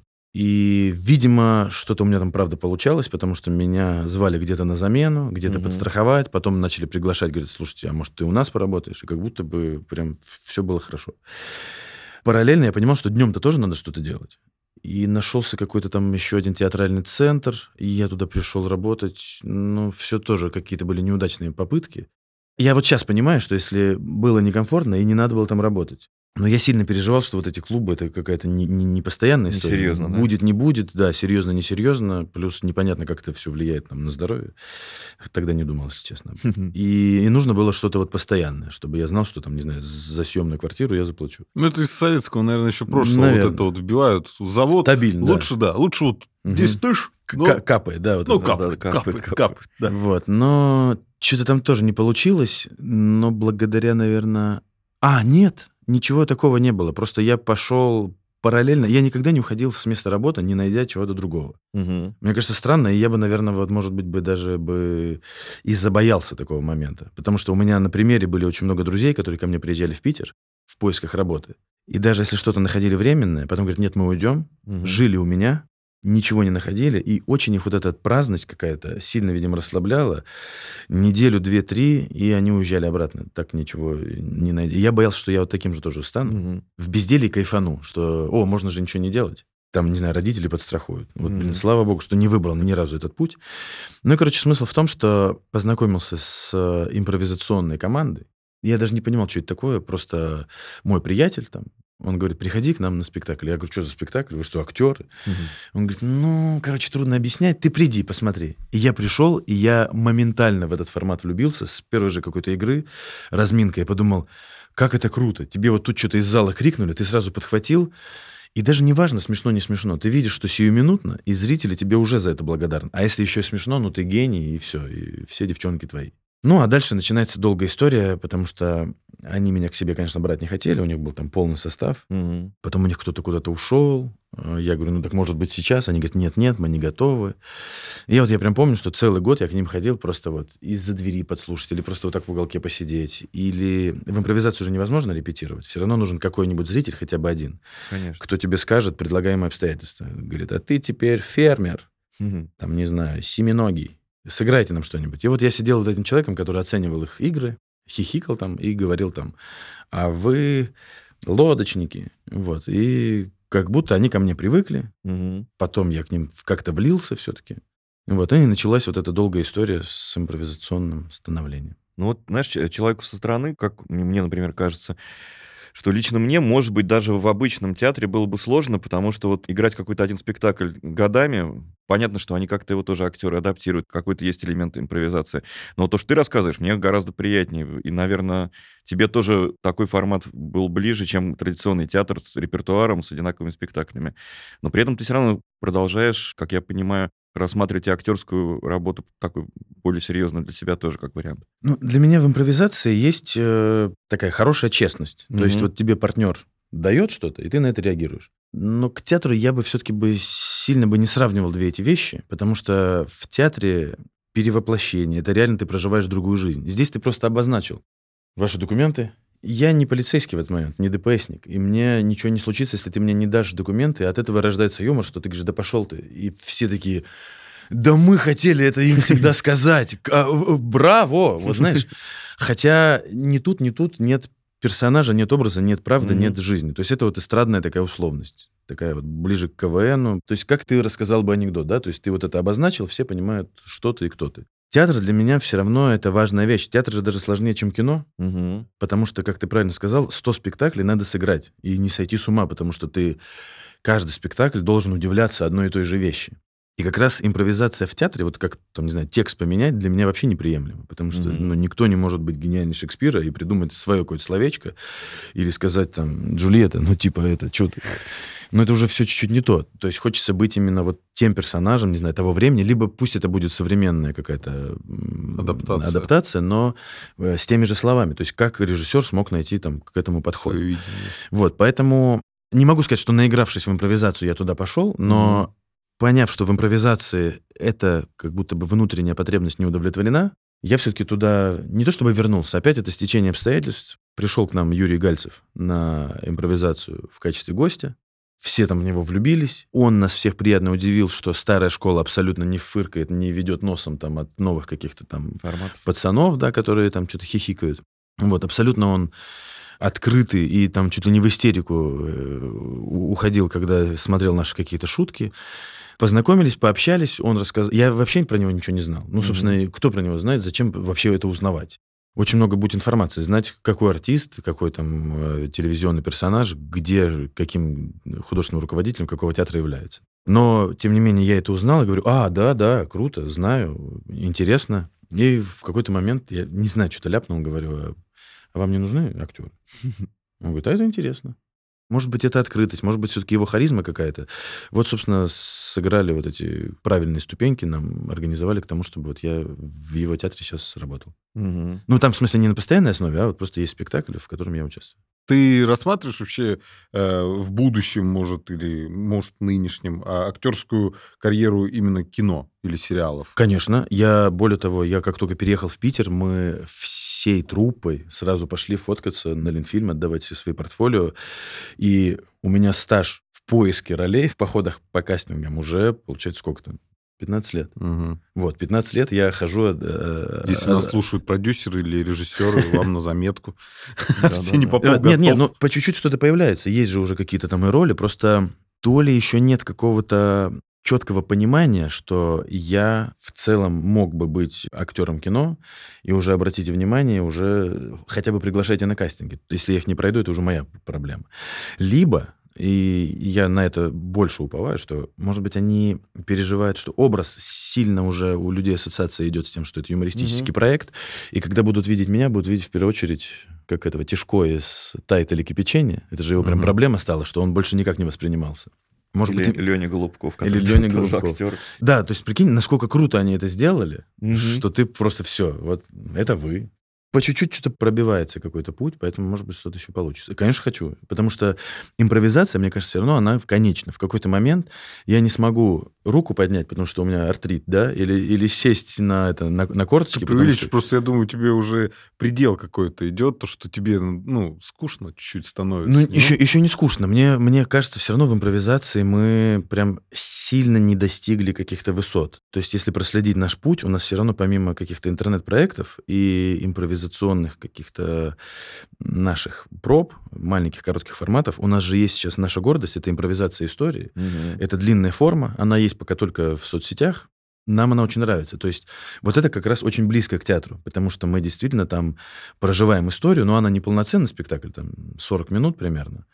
И, видимо, что-то у меня там, правда, получалось, потому что меня звали где-то на замену, где-то подстраховать, потом начали приглашать, говорят, слушайте, а может, ты у нас поработаешь? И как будто бы прям все было хорошо. Параллельно я понимал, что днем-то тоже надо что-то делать. И нашелся какой-то там еще один театральный центр, и я туда пришел работать. Ну, все тоже какие-то были неудачные попытки. Я вот сейчас понимаю, что если было некомфортно, и не надо было там работать. Но я сильно переживал, что вот эти клубы — это какая-то не постоянная история. Несерьезно, да? Будет, не будет, да, серьезно, несерьезно. Плюс непонятно, как это все влияет там, на здоровье. Тогда не думал, если честно. И нужно было что-то вот постоянное, чтобы я знал, что там, не знаю, за съемную квартиру я заплачу. Ну, это из советского, наверное, еще прошлого. Наверное. Вот это вот вбивают. Завод. Стабильно, Лучше, да. Лучше вот 10 тысяч. Капает, да. Вот Ну, это. капает. Да. Вот, но что-то там тоже не получилось, но благодаря, наверное... Нет, ничего такого не было. Просто я пошел параллельно. Я никогда не уходил с места работы, не найдя чего-то другого. Мне кажется, странно, и я бы, наверное, вот, может быть, бы даже бы и забоялся такого момента. Потому что у меня на примере были очень много друзей, которые ко мне приезжали в Питер в поисках работы. И даже если что-то находили временное, потом говорят, нет, мы уйдем, жили у меня, ничего не находили, и очень их вот эта праздность какая-то сильно, видимо, расслабляла. Неделю, 2-3, и они уезжали обратно, так ничего не найдя. Я боялся, что я вот таким же тоже стану. В безделье кайфану, что, можно же ничего не делать. Там, не знаю, родители подстрахуют. Вот, блин, слава богу, что не выбрал ни разу этот путь. Ну и, короче, смысл в том, что познакомился с импровизационной командой. Я даже не понимал, что это такое, просто мой приятель там, он говорит, приходи к нам на спектакль. Я говорю, что за спектакль? Вы что, актеры? Он говорит, трудно объяснять. Ты приди, посмотри. И я пришел, и я моментально в этот формат влюбился с первой же какой-то игры, разминкой. Я подумал, как это круто. Тебе вот тут что-то из зала крикнули, ты сразу подхватил. И даже не важно, смешно, не смешно. Ты видишь, что сиюминутно, и зрители тебе уже за это благодарны. А если еще смешно, ты гений, и все. И все девчонки твои. Ну, а дальше начинается долгая история, потому что они меня к себе, конечно, брать не хотели, у них был там полный состав. Потом у них кто-то куда-то ушел. Я говорю, так может быть сейчас? Они говорят, нет, мы не готовы. И я прям помню, что целый год я к ним ходил просто вот из-за двери подслушать, или просто вот так в уголке посидеть. Или в импровизацию уже невозможно репетировать. Все равно нужен какой-нибудь зритель, хотя бы один, Конечно. кто тебе скажет предлагаемые обстоятельства. Говорит, а ты теперь фермер, там, не знаю, семиногий. Сыграйте нам что-нибудь. И вот я сидел вот этим человеком, который оценивал их игры, хихикал там и говорил там, а вы лодочники. Вот. И как будто они ко мне привыкли. Потом я к ним как-то влился все-таки. Вот. И началась вот эта долгая история с импровизационным становлением. Ну вот, знаешь, человеку со стороны, как мне, например, кажется, что лично мне, может быть, даже в обычном театре было бы сложно, потому что вот играть какой-то один спектакль годами, понятно, что они как-то его тоже, актеры, адаптируют, какой-то есть элемент импровизации. Но то, что ты рассказываешь, мне гораздо приятнее. И, наверное, тебе тоже такой формат был ближе, чем традиционный театр с репертуаром, с одинаковыми спектаклями. Но при этом ты все равно продолжаешь, как я понимаю, рассматривать и актерскую работу такой более серьезно для себя тоже как вариант. Ну, для меня в импровизации есть такая хорошая честность. То есть вот тебе партнер дает что-то, и ты на это реагируешь. Но к театру я бы все-таки сильно не сравнивал две эти вещи, потому что в театре перевоплощение, это реально ты проживаешь другую жизнь. Здесь ты просто обозначил ваши документы. Я не полицейский в этот момент, не ДПСник, и мне ничего не случится, если ты мне не дашь документы, и от этого рождается юмор, что ты говоришь, да пошел ты. И все такие, да мы хотели это им всегда сказать, браво, вот знаешь. Хотя ни тут нет персонажа, нет образа, нет правды, нет жизни. То есть это вот эстрадная такая условность, такая вот ближе к КВНу. То есть как ты рассказал бы анекдот, да? То есть ты вот это обозначил, все понимают, что ты и кто ты. Театр для меня все равно это важная вещь. Театр же даже сложнее, чем кино, потому что, как ты правильно сказал, 100 спектаклей надо сыграть и не сойти с ума, потому что ты каждый спектакль должен удивляться одной и той же вещи. И как раз импровизация в театре, вот как, там, не знаю, текст поменять, для меня вообще неприемлемо. Потому что никто не может быть гениальнее Шекспира и придумать свое какое-то словечко или сказать там «Джульетта», это, что ты? Но это уже все чуть-чуть не то. То есть хочется быть именно вот тем персонажем, не знаю, того времени, либо пусть это будет современная какая-то адаптация, но с теми же словами. То есть как режиссер смог найти там к этому подход. Вот, поэтому не могу сказать, что наигравшись в импровизацию, я туда пошел, но поняв, что в импровизации это как будто бы внутренняя потребность не удовлетворена, я все-таки туда не то чтобы вернулся, опять это стечение обстоятельств. Пришел к нам Юрий Гальцев на импровизацию в качестве гостя. Все там в него влюбились. Он нас всех приятно удивил, что старая школа абсолютно не фыркает, не ведет носом там от новых каких-то там пацанов, да, которые там что-то хихикают. Вот, абсолютно он открытый и там чуть ли не в истерику уходил, когда смотрел наши какие-то шутки. Познакомились, пообщались, он рассказал. Я вообще про него ничего не знал. Ну, собственно, кто про него знает, зачем вообще это узнавать? Очень много будет информации, знать, какой артист, какой там телевизионный персонаж, где, каким художественным руководителем какого театра является. Но, тем не менее, я это узнал и говорю, да, круто, знаю, интересно. И в какой-то момент, я не знаю, что-то ляпнул, говорю, а вам не нужны актеры? Он говорит, это интересно. Может быть, это открытость, может быть, все-таки его харизма какая-то. Вот, собственно, сыграли вот эти правильные ступеньки, нам организовали к тому, чтобы вот я в его театре сейчас работал. Ну, там, в смысле, не на постоянной основе, а вот просто есть спектакль, в котором я участвую. Ты рассматриваешь вообще в будущем, может нынешнем, актерскую карьеру именно кино или сериалов? Конечно. Более того, я как только переехал в Питер, мы всей труппой сразу пошли фоткаться на Ленфильм, отдавать все свои портфолио. И у меня стаж в поиске ролей, в походах по кастингам уже, получается, сколько там? 15 лет. Вот, 15 лет я хожу... Если нас слушают продюсеры или режиссеры, вам на заметку. Все не попадут. Нет, ну по чуть-чуть что-то появляется. Есть же уже какие-то там и роли, просто то ли еще нет какого-то четкого понимания, что я в целом мог бы быть актером кино, и уже обратите внимание, уже хотя бы приглашайте на кастинги. Если я их не пройду, это уже моя проблема. Либо... И я на это больше уповаю, что, может быть, они переживают, что образ сильно уже у людей ассоциация идет с тем, что это юмористический проект, и когда будут видеть меня, будут видеть в первую очередь как этого Тишко из «Тайт или кипячение». Это же его прям проблема стала, что он больше никак не воспринимался. Может быть, Леня Голубков, который Леня Голубков. Актер. Да, то есть прикинь, насколько круто они это сделали, что ты просто все, вот это вы. По чуть-чуть что-то пробивается какой-то путь, поэтому, может быть, что-то еще получится. Конечно, хочу, потому что импровизация, мне кажется, все равно она конечна. В какой-то момент я не смогу руку поднять, потому что у меня артрит, да, или сесть на корточки. Что... Просто я думаю, тебе уже предел какой-то идет, то, что тебе, скучно чуть-чуть становится. Еще не скучно. Мне кажется, все равно в импровизации мы прям сильно не достигли каких-то высот. То есть, если проследить наш путь, у нас все равно помимо каких-то интернет-проектов и импровизационных каких-то наших проб, маленьких коротких форматов, у нас же есть сейчас наша гордость, это импровизация истории. Это длинная форма, она есть пока только в соцсетях. Нам она очень нравится. То есть вот это как раз очень близко к театру, потому что мы действительно там проживаем историю, но она не полноценный спектакль, там 40 минут примерно.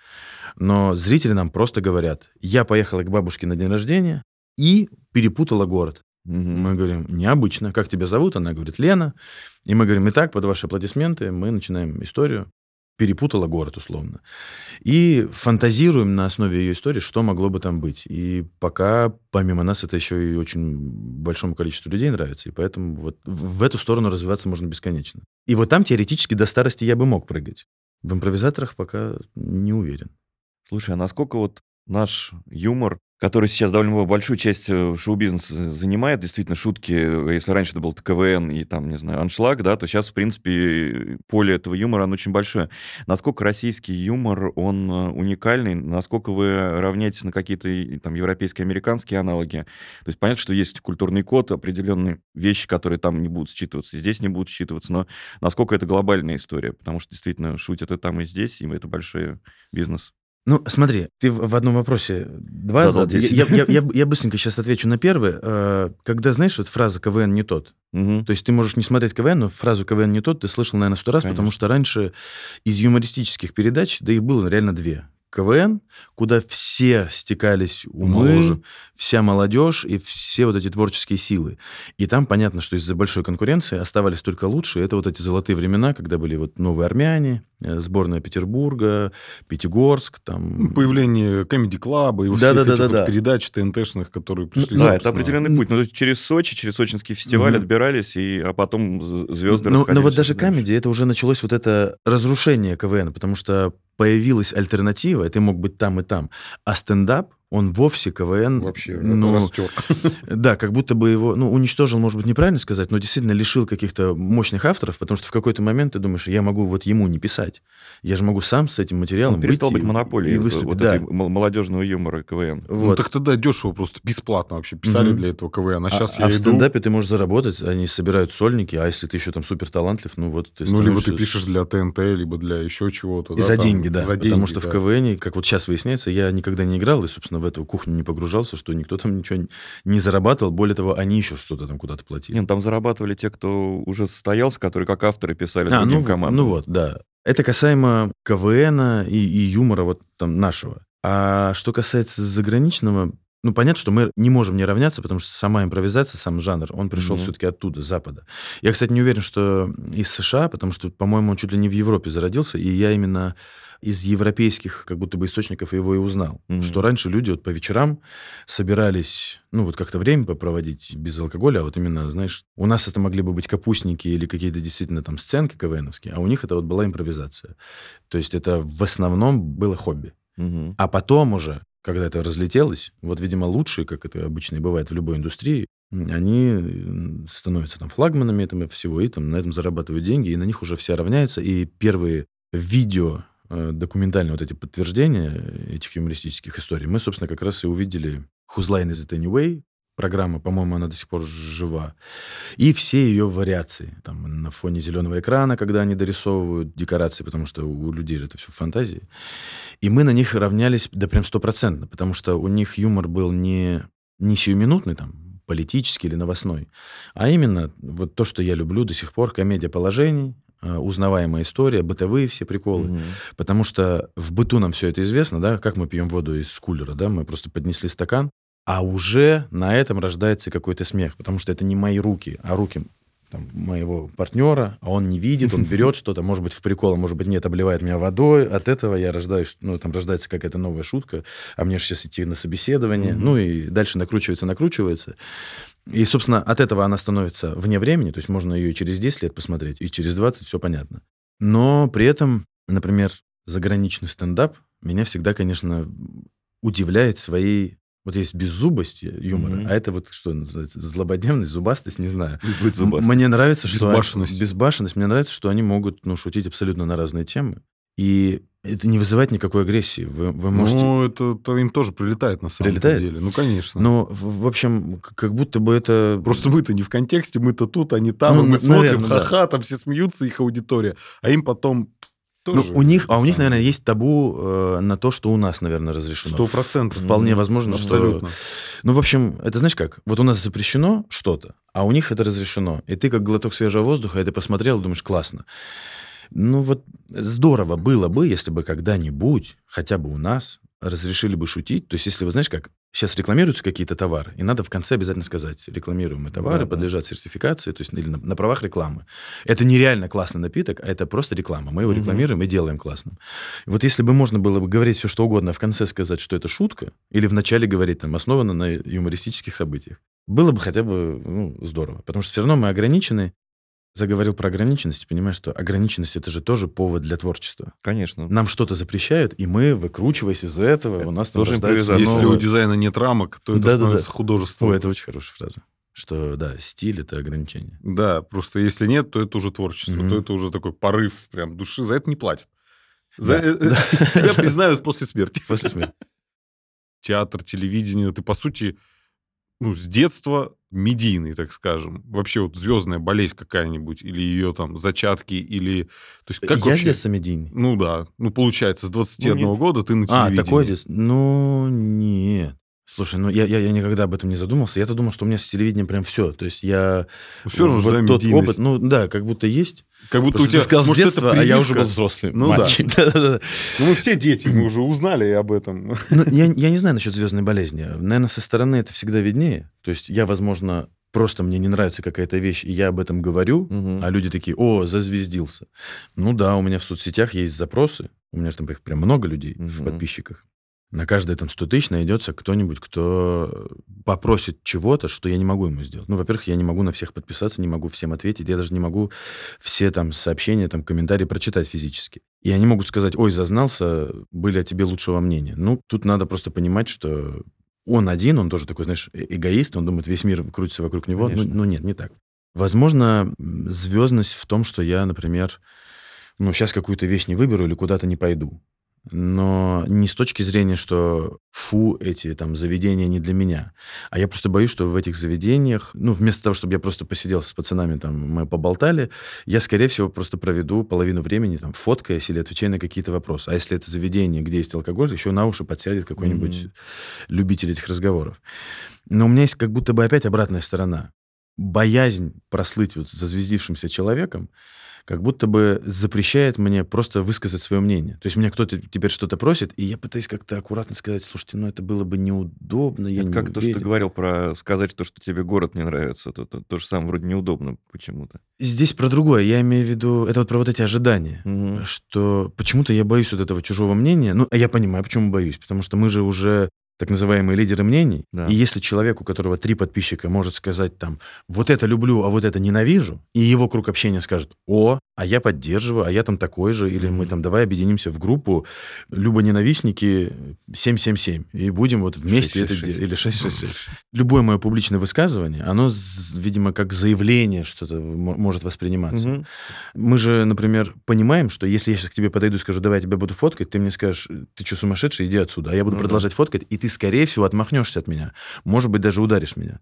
Но зрители нам просто говорят, я поехала к бабушке на день рождения и перепутала город. Мы говорим, необычно, как тебя зовут? Она говорит, Лена. И мы говорим, итак, под ваши аплодисменты мы начинаем историю. Перепутала город, условно. И фантазируем на основе ее истории, что могло бы там быть. И пока, помимо нас, это еще и очень большому количеству людей нравится. И поэтому вот в эту сторону развиваться можно бесконечно. И вот там теоретически до старости я бы мог прыгать. В импровизаторах пока не уверен. Слушай, а насколько вот наш юмор, который сейчас довольно большую часть шоу-бизнеса занимает, действительно, шутки, если раньше это был КВН и там, не знаю, аншлаг, да, то сейчас, в принципе, поле этого юмора, оно очень большое. Насколько российский юмор, он уникальный, насколько вы равняетесь на какие-то там европейские, американские аналоги? То есть понятно, что есть культурный код, определенные вещи, которые там не будут считываться, и здесь не будут считываться, но насколько это глобальная история? Потому что действительно шутят и там, и здесь, и это большой бизнес. Ну, смотри, ты в одном вопросе два задал. Я быстренько сейчас отвечу на первый. Когда, знаешь, вот фраза «КВН не тот». То есть ты можешь не смотреть КВН, но фразу «КВН не тот» ты слышал, наверное, 100 раз, потому что раньше из юмористических передач, да их было реально 2. КВН, куда все стекались умы, Моложе. вся молодежь и все вот эти творческие силы. И там понятно, что из-за большой конкуренции оставались только лучшие. Это вот эти золотые времена, когда были вот новые армяне, сборная Петербурга, Пятигорск, там... Появление Comedy Club и всех этих вот передач ТНТ-шных, которые пришли. Да, это определенный путь. Ну, то есть через Сочи, через сочинский фестиваль отбирались, а потом звезды расходились. Но вот даже Comedy, это уже началось вот это разрушение КВН, потому что появилась альтернатива, и ты мог быть там и там. А стендап, он вовсе КВН... Вообще, растер. Да, как будто бы его, уничтожил, может быть, неправильно сказать, но действительно лишил каких-то мощных авторов, потому что в какой-то момент ты думаешь, я могу вот ему не писать. Я же могу сам с этим материалом он перестал быть монополией этой молодежного юмора КВН. Вот. Так тогда дешево, просто бесплатно вообще писали для этого КВН. А сейчас в стендапе ты можешь заработать, они собирают сольники, а если ты еще там супер талантлив, ты либо ты пишешь для ТНТ, либо для еще чего-то. И за деньги, да. Потому что в КВН, как вот сейчас выясняется, я никогда не играл, и, собственно, в эту кухню не погружался, что никто там ничего не зарабатывал. Более того, они еще что-то там куда-то платили. Там зарабатывали те, кто уже состоялся, которые как авторы писали другим командам. Да. Это касаемо КВНа и юмора вот там нашего. А что касается заграничного, понятно, что мы не можем не равняться, потому что сама импровизация, сам жанр, он пришел все-таки оттуда, с Запада. Я, кстати, не уверен, что из США, потому что, по-моему, он чуть ли не в Европе зародился, и я именно из европейских как будто бы источников его и узнал. Что раньше люди вот по вечерам собирались, как-то время проводить без алкоголя, а вот именно, знаешь, у нас это могли бы быть капустники или какие-то действительно там сценки КВНовские, а у них это вот была импровизация. То есть это в основном было хобби. А потом уже, когда это разлетелось, вот, видимо, лучшие, как это обычно и бывает в любой индустрии, они становятся там флагманами этого всего, и там на этом зарабатывают деньги, и на них уже все равняются, и первые видео документальные вот эти подтверждения этих юмористических историй мы, собственно, как раз и увидели Whose Line Is It Anyway? Программа, по-моему, она до сих пор жива. И все ее вариации. Там на фоне зеленого экрана, когда они дорисовывают декорации, потому что у людей это все фантазии. И мы на них равнялись, да прям 100%, потому что у них юмор был не сиюминутный, там, политический или новостной, а именно вот то, что я люблю до сих пор, комедия положений, узнаваемая история, бытовые все приколы. Потому что в быту нам все это известно, да, как мы пьем воду из кулера, да, мы просто поднесли стакан, а уже на этом рождается какой-то смех, потому что это не мои руки, а руки там, моего партнера, а он не видит, он берет что-то, может быть, в прикол, а может быть, нет, обливает меня водой, от этого я рождаюсь, там рождается какая-то новая шутка, а мне же сейчас идти на собеседование, и дальше накручивается. И, собственно, от этого она становится вне времени, то есть можно ее и через 10 лет посмотреть, и через 20, все понятно. Но при этом, например, заграничный стендап меня всегда, конечно, удивляет своей... Вот есть беззубость юмора, а это вот что называется? Злободневность, зубастость, не знаю. Мне нравится, что... Безбашенность. Мне нравится, что они могут шутить абсолютно на разные темы. И это не вызывает никакой агрессии. Вы можете... это им тоже прилетает на самом деле. Конечно. Но, в общем, как будто бы это... Просто мы-то не в контексте, мы-то тут, они там, мы смотрим, ха-ха, там все смеются, их аудитория. А им потом... у них, наверное, есть табу на то, что у нас, наверное, разрешено. 100%. Вполне возможно, абсолютно. что... в общем, это знаешь как? Вот у нас запрещено что-то, а у них это разрешено. И ты как глоток свежего воздуха, это посмотрел, думаешь, классно. Здорово было бы, если бы когда-нибудь, хотя бы у нас, разрешили бы шутить. То есть, если вы, знаешь как, сейчас рекламируются какие-то товары, и надо в конце обязательно сказать, рекламируемые товары подлежат сертификации, то есть или на правах рекламы. Это нереально классный напиток, а это просто реклама. Мы его рекламируем и делаем классным. Вот если бы можно было бы говорить все, что угодно, а в конце сказать, что это шутка, или в начале говорить, там, основано на юмористических событиях, было бы хотя бы здорово. Потому что все равно мы ограничены. Заговорил про ограниченность, понимаешь, что ограниченность — это же тоже повод для творчества. Конечно. Нам что-то запрещают, и мы, выкручиваясь из этого, у нас там тоже рождается Если у дизайна нет рамок, то это становится художеством. Это очень хорошая фраза. Что, да, стиль — это ограничение. Да, просто если нет, то это уже творчество, то это уже такой порыв прям души. За это не платят. Тебя признают после смерти. После смерти. Театр, телевидение, ты, по сути... с детства медийный, так скажем. Вообще вот звездная болезнь какая-нибудь, или ее там зачатки, или... То есть, как я с детства медийный. Да. Получается, с 21 года ты на телевидении. Такое детство. Нет. Слушай, ну я никогда об этом не задумался. Я-то думал, что у меня с телевидением прям все. То есть я... Все равно вот же, да, тот медийность. опыт, ну да, как будто есть. Как будто Просто у тебя... ты сказал с может, детства, это а я прививка? уже был взрослый Ну мальчик. да. Ну, мы все дети, мы уже узнали об этом. Ну, я не знаю насчет звездной болезни. Наверное, со стороны это всегда виднее. То есть я, возможно, просто мне не нравится какая-то вещь, и я об этом говорю, а люди такие: о, зазвездился. Ну да, у меня в соцсетях есть запросы. У меня же там их прям много людей в подписчиках. На каждые там 100 тысяч найдется кто-нибудь, кто попросит чего-то, что я не могу ему сделать. Ну, во-первых, я не могу на всех подписаться, не могу всем ответить, я даже не могу все там сообщения, там комментарии прочитать физически. И они могут сказать: ой, зазнался, были о тебе лучшего мнения. Ну, тут надо просто понимать, что он один, он тоже такой, знаешь, эгоист, он думает, весь мир крутится вокруг него. Ну, нет, не так. Возможно, звездность в том, что я, например, сейчас какую-то вещь не выберу или куда-то не пойду. Но не с точки зрения, что эти там заведения не для меня. А я просто боюсь, что в этих заведениях, вместо того, чтобы я просто посидел с пацанами, там, мы поболтали, я, скорее всего, просто проведу половину времени, там, фоткаясь или отвечая на какие-то вопросы. А если это заведение, где есть алкоголь, еще на уши подсядет какой-нибудь любитель этих разговоров. Но у меня есть как будто бы опять обратная сторона. Боязнь прослыть вот зазвездившимся человеком как будто бы запрещает мне просто высказать свое мнение. То есть меня кто-то теперь что-то просит, и я пытаюсь как-то аккуратно сказать: слушайте, это было бы неудобно, я Это не как уверен. то, что ты говорил про сказать то, что тебе город не нравится. То же самое, вроде неудобно почему-то. Здесь про другое. Я имею в виду, это вот про вот эти ожидания, что почему-то я боюсь вот этого чужого мнения. А я понимаю, почему боюсь. Потому что мы же уже так называемые лидеры мнений. Да. И если человек, у которого 3 подписчика, может сказать там: вот это люблю, а вот это ненавижу, и его круг общения скажет: о, а я поддерживаю, а я там такой же, или мы там давай объединимся в группу любоненавистники 777, и будем вот вместе 666. Это делать. Или 666. Любое мое публичное высказывание, оно, видимо, как заявление что-то может восприниматься. Мы же, например, понимаем, что если я сейчас к тебе подойду и скажу: давай я тебя буду фоткать, ты мне скажешь: ты что, сумасшедший, иди отсюда. А я буду продолжать фоткать, и ты, скорее всего, отмахнешься от меня. Может быть, даже ударишь меня.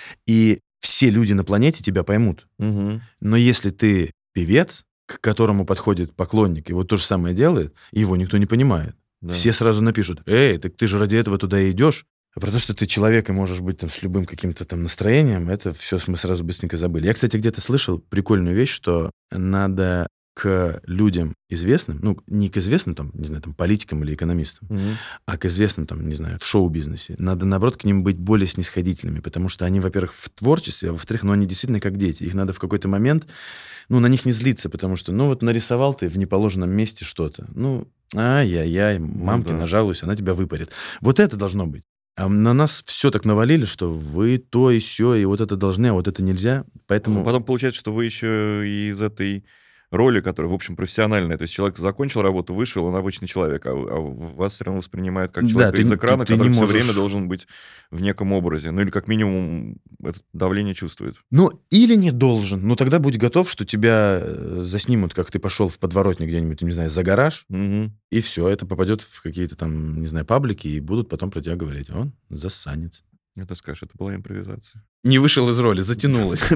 И все люди на планете тебя поймут. Но если ты певец, к которому подходит поклонник, и вот то же самое делает, его никто не понимает. Да. Все сразу напишут: эй, так ты же ради этого туда и идешь. А про то, что ты человек и можешь быть там с любым каким-то там настроением, это все мы сразу быстренько забыли. Я, кстати, где-то слышал прикольную вещь, что надо к людям известным, не к известным, там, не знаю, там, политикам или экономистам, а к известным, там, не знаю, в шоу-бизнесе, надо, наоборот, к ним быть более снисходительными, потому что они, во-первых, в творчестве, а во-вторых, они действительно как дети. Их надо в какой-то момент, на них не злиться, потому что, нарисовал ты в неположенном месте что-то. Ай-яй-яй, мамке нажалуюсь, она тебя выпарит. Вот это должно быть. А на нас все так навалили, что вы то и сё, и вот это должны, а вот это нельзя. Поэтому... Потом получается, что вы еще и из этой роли, которая, в общем, профессиональная. То есть человек закончил работу, вышел, он обычный человек, а вас все равно воспринимают как человека из экрана, который все время должен быть в неком образе. Или как минимум это давление чувствует. Или не должен. Тогда будь готов, что тебя заснимут, как ты пошел в подворотне где-нибудь, не знаю, за гараж, и все, это попадет в какие-то там, не знаю, паблики, и будут потом про тебя говорить: он засанец. Ты скажешь, это была импровизация. Не вышел из роли, затянулось.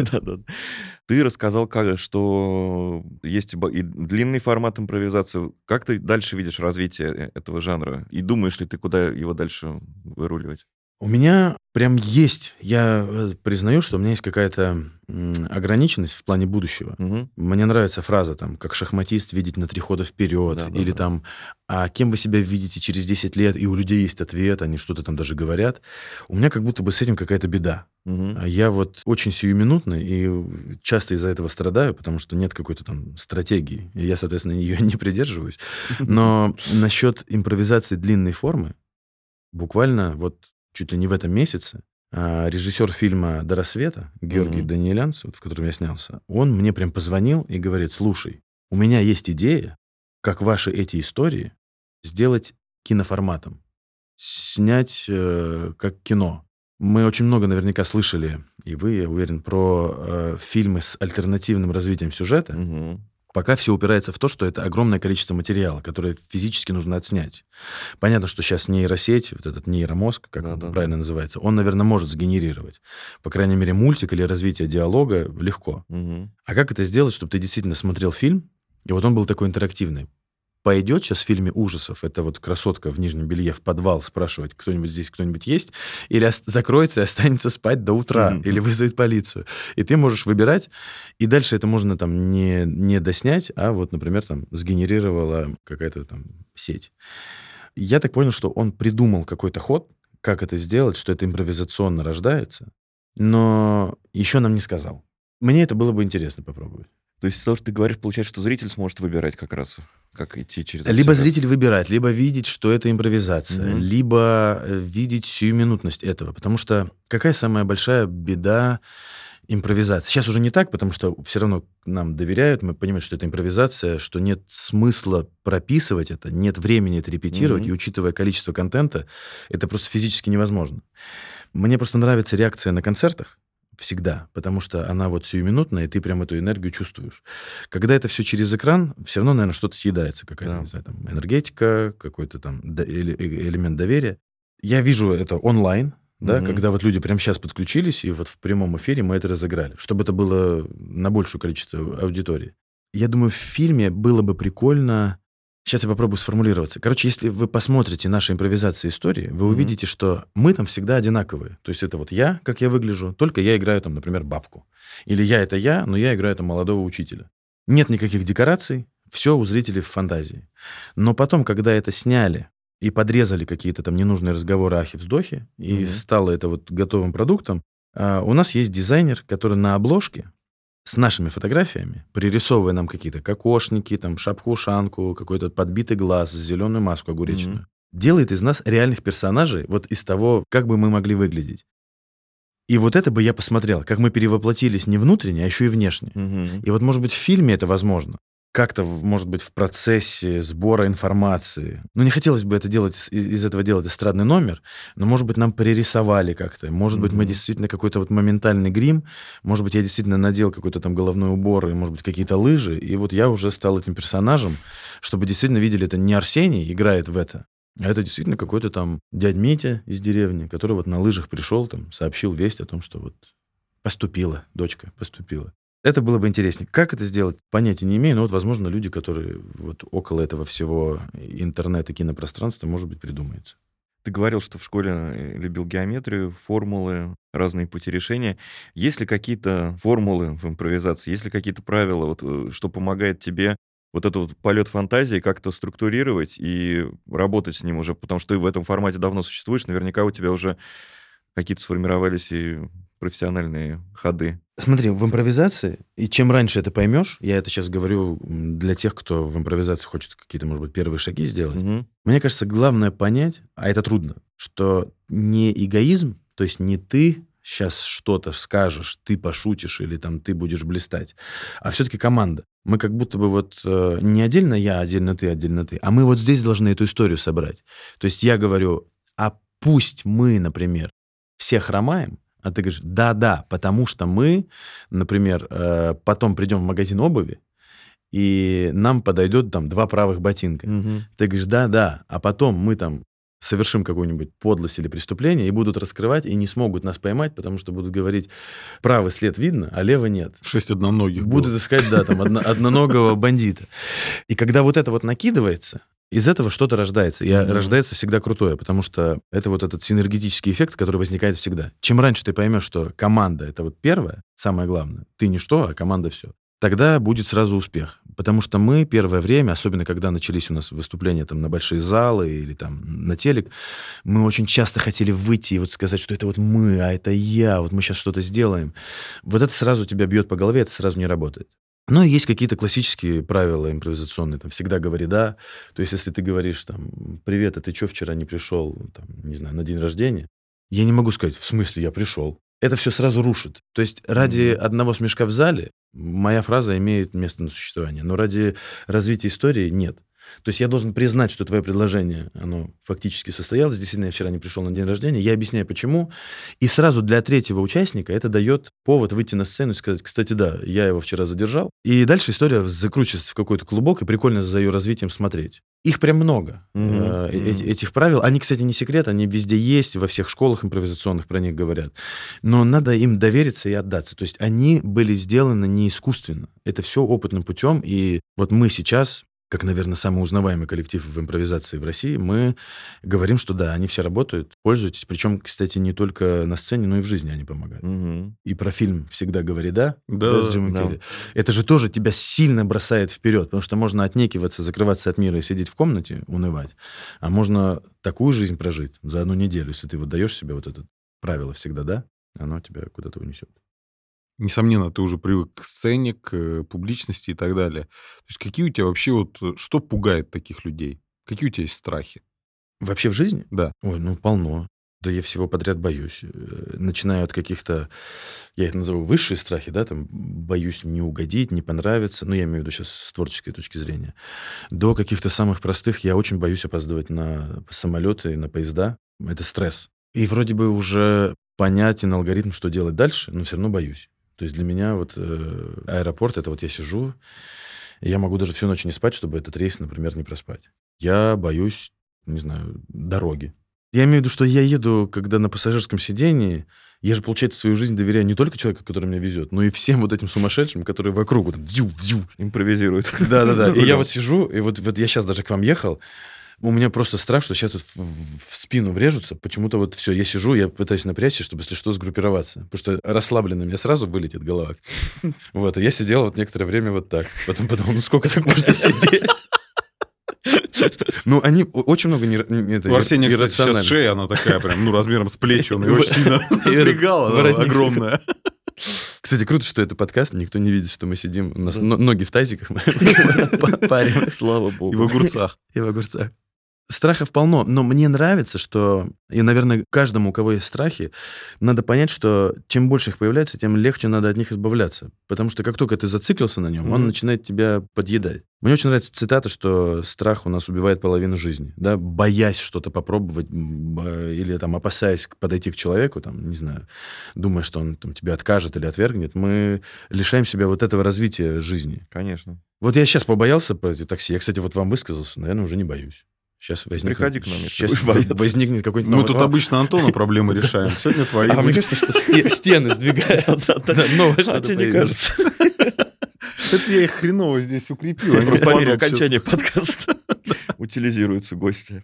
Ты рассказал, что есть и длинный формат импровизации. Как ты дальше видишь развитие этого жанра? И думаешь ли ты, куда его дальше выруливать? У меня прям есть, я признаю, что у меня есть какая-то ограниченность в плане будущего. Мне нравится фраза, там, как шахматист видеть на 3 хода вперед, или там: а кем вы себя видите через 10 лет, и у людей есть ответ, они что-то там даже говорят. У меня как будто бы с этим какая-то беда. Я вот очень сиюминутный, и часто из-за этого страдаю, потому что нет какой-то там стратегии, и я, соответственно, ее не придерживаюсь. Но насчет импровизации длинной формы, буквально вот чуть ли не в этом месяце, режиссер фильма «До рассвета» Георгий Даниэлянц, в котором я снялся, он мне прям позвонил и говорит: слушай, у меня есть идея, как ваши эти истории сделать киноформатом, снять как кино. Мы очень много наверняка слышали, и вы, я уверен, про фильмы с альтернативным развитием сюжета. Пока все упирается в то, что это огромное количество материала, которое физически нужно отснять. Понятно, что сейчас нейросеть, вот этот нейромозг, как он правильно называется, он, наверное, может сгенерировать. По крайней мере, мультик или развитие диалога легко. А как это сделать, чтобы ты действительно смотрел фильм, и вот он был такой интерактивный? пойдет сейчас в фильме ужасов, это вот красотка в нижнем белье в подвал спрашивать, кто-нибудь здесь, кто-нибудь есть, или закроется и останется спать до утра, или вызовет полицию. И ты можешь выбирать, и дальше это можно там не доснять, а вот, например, там сгенерировала какая-то там сеть. Я так понял, что он придумал какой-то ход, как это сделать, что это импровизационно рождается, но еще нам не сказал. Мне это было бы интересно попробовать. То есть, то, что ты говоришь, получается, что зритель сможет выбирать как раз, как идти через это. Либо зритель выбирать, либо видеть, что это импровизация, либо видеть сиюминутность этого. Потому что какая самая большая беда импровизации? Сейчас уже не так, потому что все равно нам доверяют, мы понимаем, что это импровизация, что нет смысла прописывать это, нет времени это репетировать, и учитывая количество контента, это просто физически невозможно. Мне просто нравится реакция на концертах, всегда, потому что она вот сиюминутная, и ты прям эту энергию чувствуешь. Когда это все через экран, все равно, наверное, что-то съедается, какая-то, не знаю, там, энергетика, какой-то там элемент доверия. Я вижу это онлайн, да, когда вот люди прямо сейчас подключились, и вот в прямом эфире мы это разыграли, чтобы это было на большее количество аудитории. Я думаю, в фильме было бы прикольно... Сейчас я попробую сформулироваться. Короче, если вы посмотрите наши импровизации истории, вы увидите, что мы там всегда одинаковые. То есть это вот я, как я выгляжу, только я играю там, например, бабку. Или я — это я, но я играю там молодого учителя. Нет никаких декораций, все у зрителей в фантазии. Но потом, когда это сняли и подрезали какие-то там ненужные разговоры, ахи-вздохи, и стало это вот готовым продуктом, у нас есть дизайнер, который на обложке с нашими фотографиями, пририсовывая нам какие-то кокошники, там, шапку-ушанку, какой-то подбитый глаз, зеленую маску огуречную, делает из нас реальных персонажей вот из того, как бы мы могли выглядеть. И вот это бы я посмотрел, как мы перевоплотились не внутренне, а еще и внешне. И вот, может быть, в фильме это возможно. Как-то, может быть, в процессе сбора информации. Ну, не хотелось бы это делать, из этого делать эстрадный номер, но, может быть, нам пририсовали как-то. Может быть, мы действительно какой-то вот моментальный грим, может быть, я действительно надел какой-то там головной убор, и, может быть, какие-то лыжи, и вот я уже стал этим персонажем, чтобы действительно видели, это не Арсений играет в это, а это действительно какой-то там дядь Митя из деревни, который вот на лыжах пришел, там, сообщил весть о том, что вот поступила, дочка поступила. Это было бы интереснее. Как это сделать, понятия не имею, но вот, возможно, люди, которые вот около этого всего интернета, кинопространства, может быть, придумаются. Ты говорил, что в школе любил геометрию, формулы, разные пути решения. Есть ли какие-то формулы в импровизации, есть ли какие-то правила, вот, что помогает тебе вот этот вот полет фантазии как-то структурировать и работать с ним уже? Потому что ты в этом формате давно существуешь, наверняка у тебя уже какие-то сформировались и профессиональные ходы. Смотри, в импровизации, и чем раньше это поймешь, я это сейчас говорю для тех, кто в импровизации хочет какие-то, может быть, первые шаги сделать, мне кажется, главное понять, а это трудно, что не эгоизм, то есть не ты сейчас что-то скажешь, ты пошутишь или там ты будешь блистать, а все-таки команда. Мы как будто бы вот не отдельно я, отдельно ты, а мы вот здесь должны эту историю собрать. То есть я говорю, а пусть мы, например, все хромаем, а ты говоришь, да, потому что мы, например, потом придем в магазин обуви, и нам подойдет там 2 правых ботинка. Ты говоришь, да, а потом мы там совершим какую-нибудь подлость или преступление, и будут раскрывать, и не смогут нас поймать, потому что будут говорить, правый след видно, а левый нет. 6 одноногих будут искать, да, там, одноногого бандита. И когда вот это вот накидывается, из этого что-то рождается. И рождается всегда крутое, потому что это вот этот синергетический эффект, который возникает всегда. Чем раньше ты поймешь, что команда — это вот первое, самое главное, ты не что, а команда — все, тогда будет сразу успех. Потому что мы первое время, особенно когда начались у нас выступления там на большие залы или там на телек, мы очень часто хотели выйти и вот сказать, что это вот мы, а это я, вот мы сейчас что-то сделаем. Вот это сразу тебя бьет по голове, это сразу не работает. Но есть какие-то классические правила импровизационные. Там всегда говори «да». То есть если ты говоришь там «Привет, а ты что вчера не пришел, там, не знаю, на день рождения?» Я не могу сказать «В смысле я пришел?» Это все сразу рушит. То есть ради одного смешка в зале моя фраза имеет место на существование, но ради развития истории нет. То есть я должен признать, что твое предложение, оно фактически состоялось. Действительно, я вчера не пришел на день рождения. Я объясняю, почему. И сразу для третьего участника это дает повод выйти на сцену и сказать, кстати, да, я его вчера задержал. И дальше история закручивается в какой-то клубок, и прикольно за ее развитием смотреть. Их прям много, этих правил. Они, кстати, не секрет, они везде есть, во всех школах импровизационных про них говорят. Но надо им довериться и отдаться. То есть они были сделаны не искусственно. Это все опытным путем. И вот мы сейчас как, наверное, самый узнаваемый коллектив в импровизации в России, мы говорим, что да, они все работают, пользуйтесь. Причем, кстати, не только на сцене, но и в жизни они помогают. Угу. И про фильм «Всегда говори да», Да, с Джимом да. Керри. Это же тоже тебя сильно бросает вперед, потому что можно отнекиваться, закрываться от мира и сидеть в комнате, унывать. А можно такую жизнь прожить за одну неделю, если ты вот даешь себе вот это правило «всегда да», оно тебя куда-то унесет. Несомненно, ты уже привык к сцене, к публичности и так далее. То есть какие у тебя вообще вот... Что пугает таких людей? Какие у тебя есть страхи? Вообще в жизни? Да. Ой, полно. Да я всего подряд боюсь. Начиная от каких-то, я их назову высшие страхи, да, там, боюсь не угодить, не понравиться, я имею в виду сейчас с творческой точки зрения, до каких-то самых простых, я очень боюсь опаздывать на самолеты, на поезда. Это стресс. И вроде бы уже понятен алгоритм, что делать дальше, но все равно боюсь. То есть для меня вот аэропорт, это вот я сижу, и я могу даже всю ночь не спать, чтобы этот рейс, например, не проспать. Я боюсь, не знаю, дороги. Я имею в виду, что я еду, когда на пассажирском сидении, я же, получается, свою жизнь доверяю не только человеку, который меня везет, но и всем вот этим сумасшедшим, которые вокруг, вот взю. Импровизируют. Да-да-да. И я вот сижу, и вот я сейчас даже к вам ехал, у меня просто страх, что сейчас вот в спину врежутся. Почему-то вот все, я сижу, я пытаюсь напрячься, чтобы, если что, сгруппироваться. Потому что расслабленно мне сразу вылетит голова. Вот, и я сидел вот некоторое время вот так. Потом подумал, сколько так можно сидеть? Они очень много У Арсения, кстати, сейчас шея, она такая прям, размером с плечи, он его сильно напрягал, она огромная. Кстати, круто, что это подкаст, никто не видит, что мы сидим, у нас ноги в тазиках, парим. Слава богу. И в огурцах. Страхов полно, но мне нравится, что, и, наверное, каждому, у кого есть страхи, надо понять, что чем больше их появляется, тем легче надо от них избавляться. Потому что как только ты зациклился на нем, он начинает тебя подъедать. Мне очень нравится цитата, что страх у нас убивает половину жизни. Да? Боясь что-то попробовать или там, опасаясь подойти к человеку, там, не знаю, думая, что он там, тебя откажет или отвергнет, мы лишаем себя вот этого развития жизни. Конечно. Вот я сейчас побоялся про эти такси. Я, кстати, вот вам высказался, наверное, уже не боюсь. Сейчас Приходи к нам, если сейчас будешь бояться. возникнет какой-нибудь Мы новый... тут обычно Антона проблемы решаем. Сегодня твои. А мне кажется, что стены сдвигаются. Новое что-то тебе не появилось. кажется. Это я их хреново здесь укрепил. Они Просто по мере падают сейчас. окончания подкаста утилизируются гости.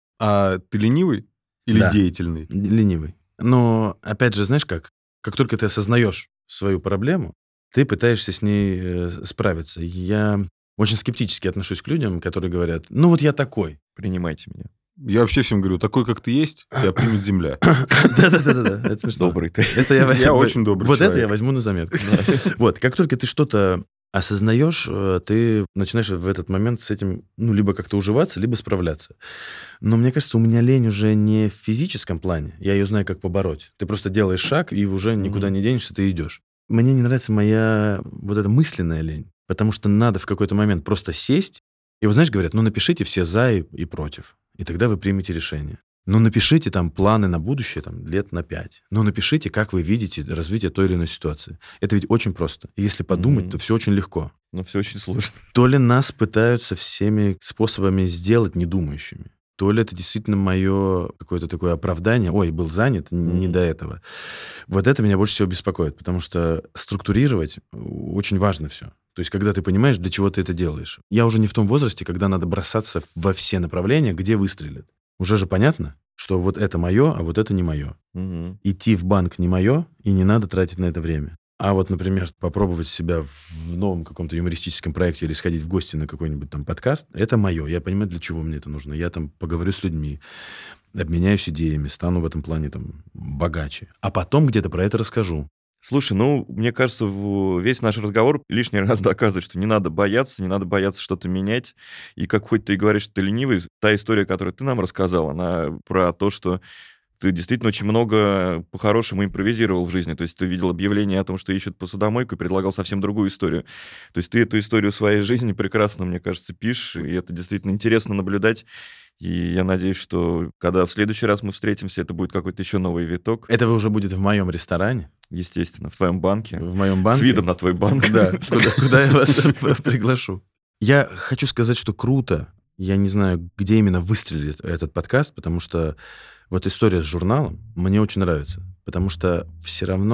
А ты ленивый или Да. деятельный? Ленивый. Но, опять же, знаешь как? Как только ты осознаешь свою проблему, ты пытаешься с ней справиться. Я очень скептически отношусь к людям, которые говорят, вот я такой. Принимайте меня. Я вообще всем говорю, такой, как ты есть, тебя примет земля. Да-да-да, это смешно. Добрый ты. Это Я очень добрый Вот человек. это я возьму на заметку. Вот, как только ты что-то осознаешь, ты начинаешь в этот момент с этим, либо как-то уживаться, либо справляться. Но мне кажется, у меня лень уже не в физическом плане. Я ее знаю, как побороть. Ты просто делаешь шаг, и уже никуда не денешься, ты идешь. Мне не нравится моя вот эта мысленная лень, потому что надо в какой-то момент просто сесть. И вот знаешь, говорят, напишите все за и против, и тогда вы примете решение. Напишите там планы на будущее, там, лет на 5. Напишите, как вы видите развитие той или иной ситуации. Это ведь очень просто. И если подумать, то все очень легко. Но все очень сложно. То ли нас пытаются всеми способами сделать недумающими, то ли это действительно мое какое-то такое оправдание. Ой, был занят, не до этого. Вот это меня больше всего беспокоит, потому что структурировать очень важно все. То есть, когда ты понимаешь, для чего ты это делаешь. Я уже не в том возрасте, когда надо бросаться во все направления, где выстрелят. Уже же понятно, что вот это мое, а вот это не мое. Идти в банк не мое, и не надо тратить на это время. А вот, например, попробовать себя в новом каком-то юмористическом проекте или сходить в гости на какой-нибудь там подкаст, это мое. Я понимаю, для чего мне это нужно. Я там поговорю с людьми, обменяюсь идеями, стану в этом плане там богаче. А потом где-то про это расскажу. Слушай, мне кажется, весь наш разговор лишний раз доказывает, что не надо бояться что-то менять. И как хоть ты и говоришь, что ты ленивый, та история, которую ты нам рассказал, она про то, что ты действительно очень много по-хорошему импровизировал в жизни. То есть ты видел объявление о том, что ищут посудомойку, и предлагал совсем другую историю. То есть ты эту историю своей жизни прекрасно, мне кажется, пишешь, и это действительно интересно наблюдать. И я надеюсь, что когда в следующий раз мы встретимся, это будет какой-то еще новый виток. Это уже будет в моем ресторане. Естественно, в твоем банке. В моем банке. С видом на твой банк. Да, куда я вас приглашу. Я хочу сказать, что круто. Я не знаю, где именно выстрелит этот подкаст, потому что вот история с журналом мне очень нравится. Потому что все равно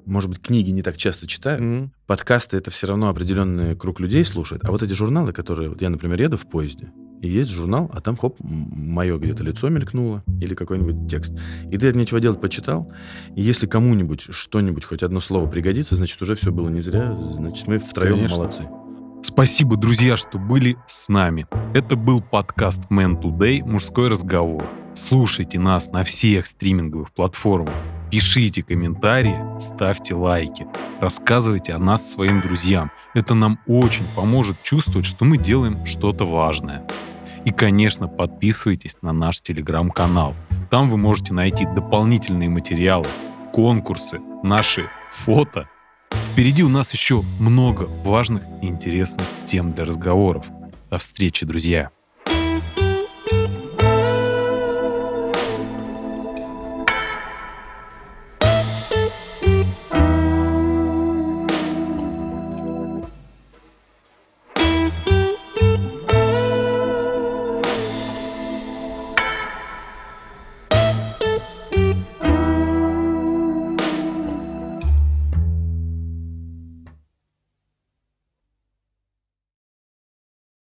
может быть, книги не так часто читаю. Подкасты — это все равно определенный круг людей слушает. А вот эти журналы, которые... Вот я, например, еду в поезде, и есть журнал, а там, хоп, мое где-то лицо мелькнуло или какой-нибудь текст. И ты от нечего делать почитал, и если кому-нибудь что-нибудь, хоть одно слово пригодится, значит, уже все было не зря, значит, мы втроем Конечно. молодцы. Спасибо, друзья, что были с нами. Это был подкаст Man Today «Мужской разговор». Слушайте нас на всех стриминговых платформах. Пишите комментарии, ставьте лайки. Рассказывайте о нас своим друзьям. Это нам очень поможет чувствовать, что мы делаем что-то важное. И, конечно, подписывайтесь на наш телеграм-канал. Там вы можете найти дополнительные материалы, конкурсы, наши фото. Впереди у нас еще много важных и интересных тем для разговоров. До встречи, друзья!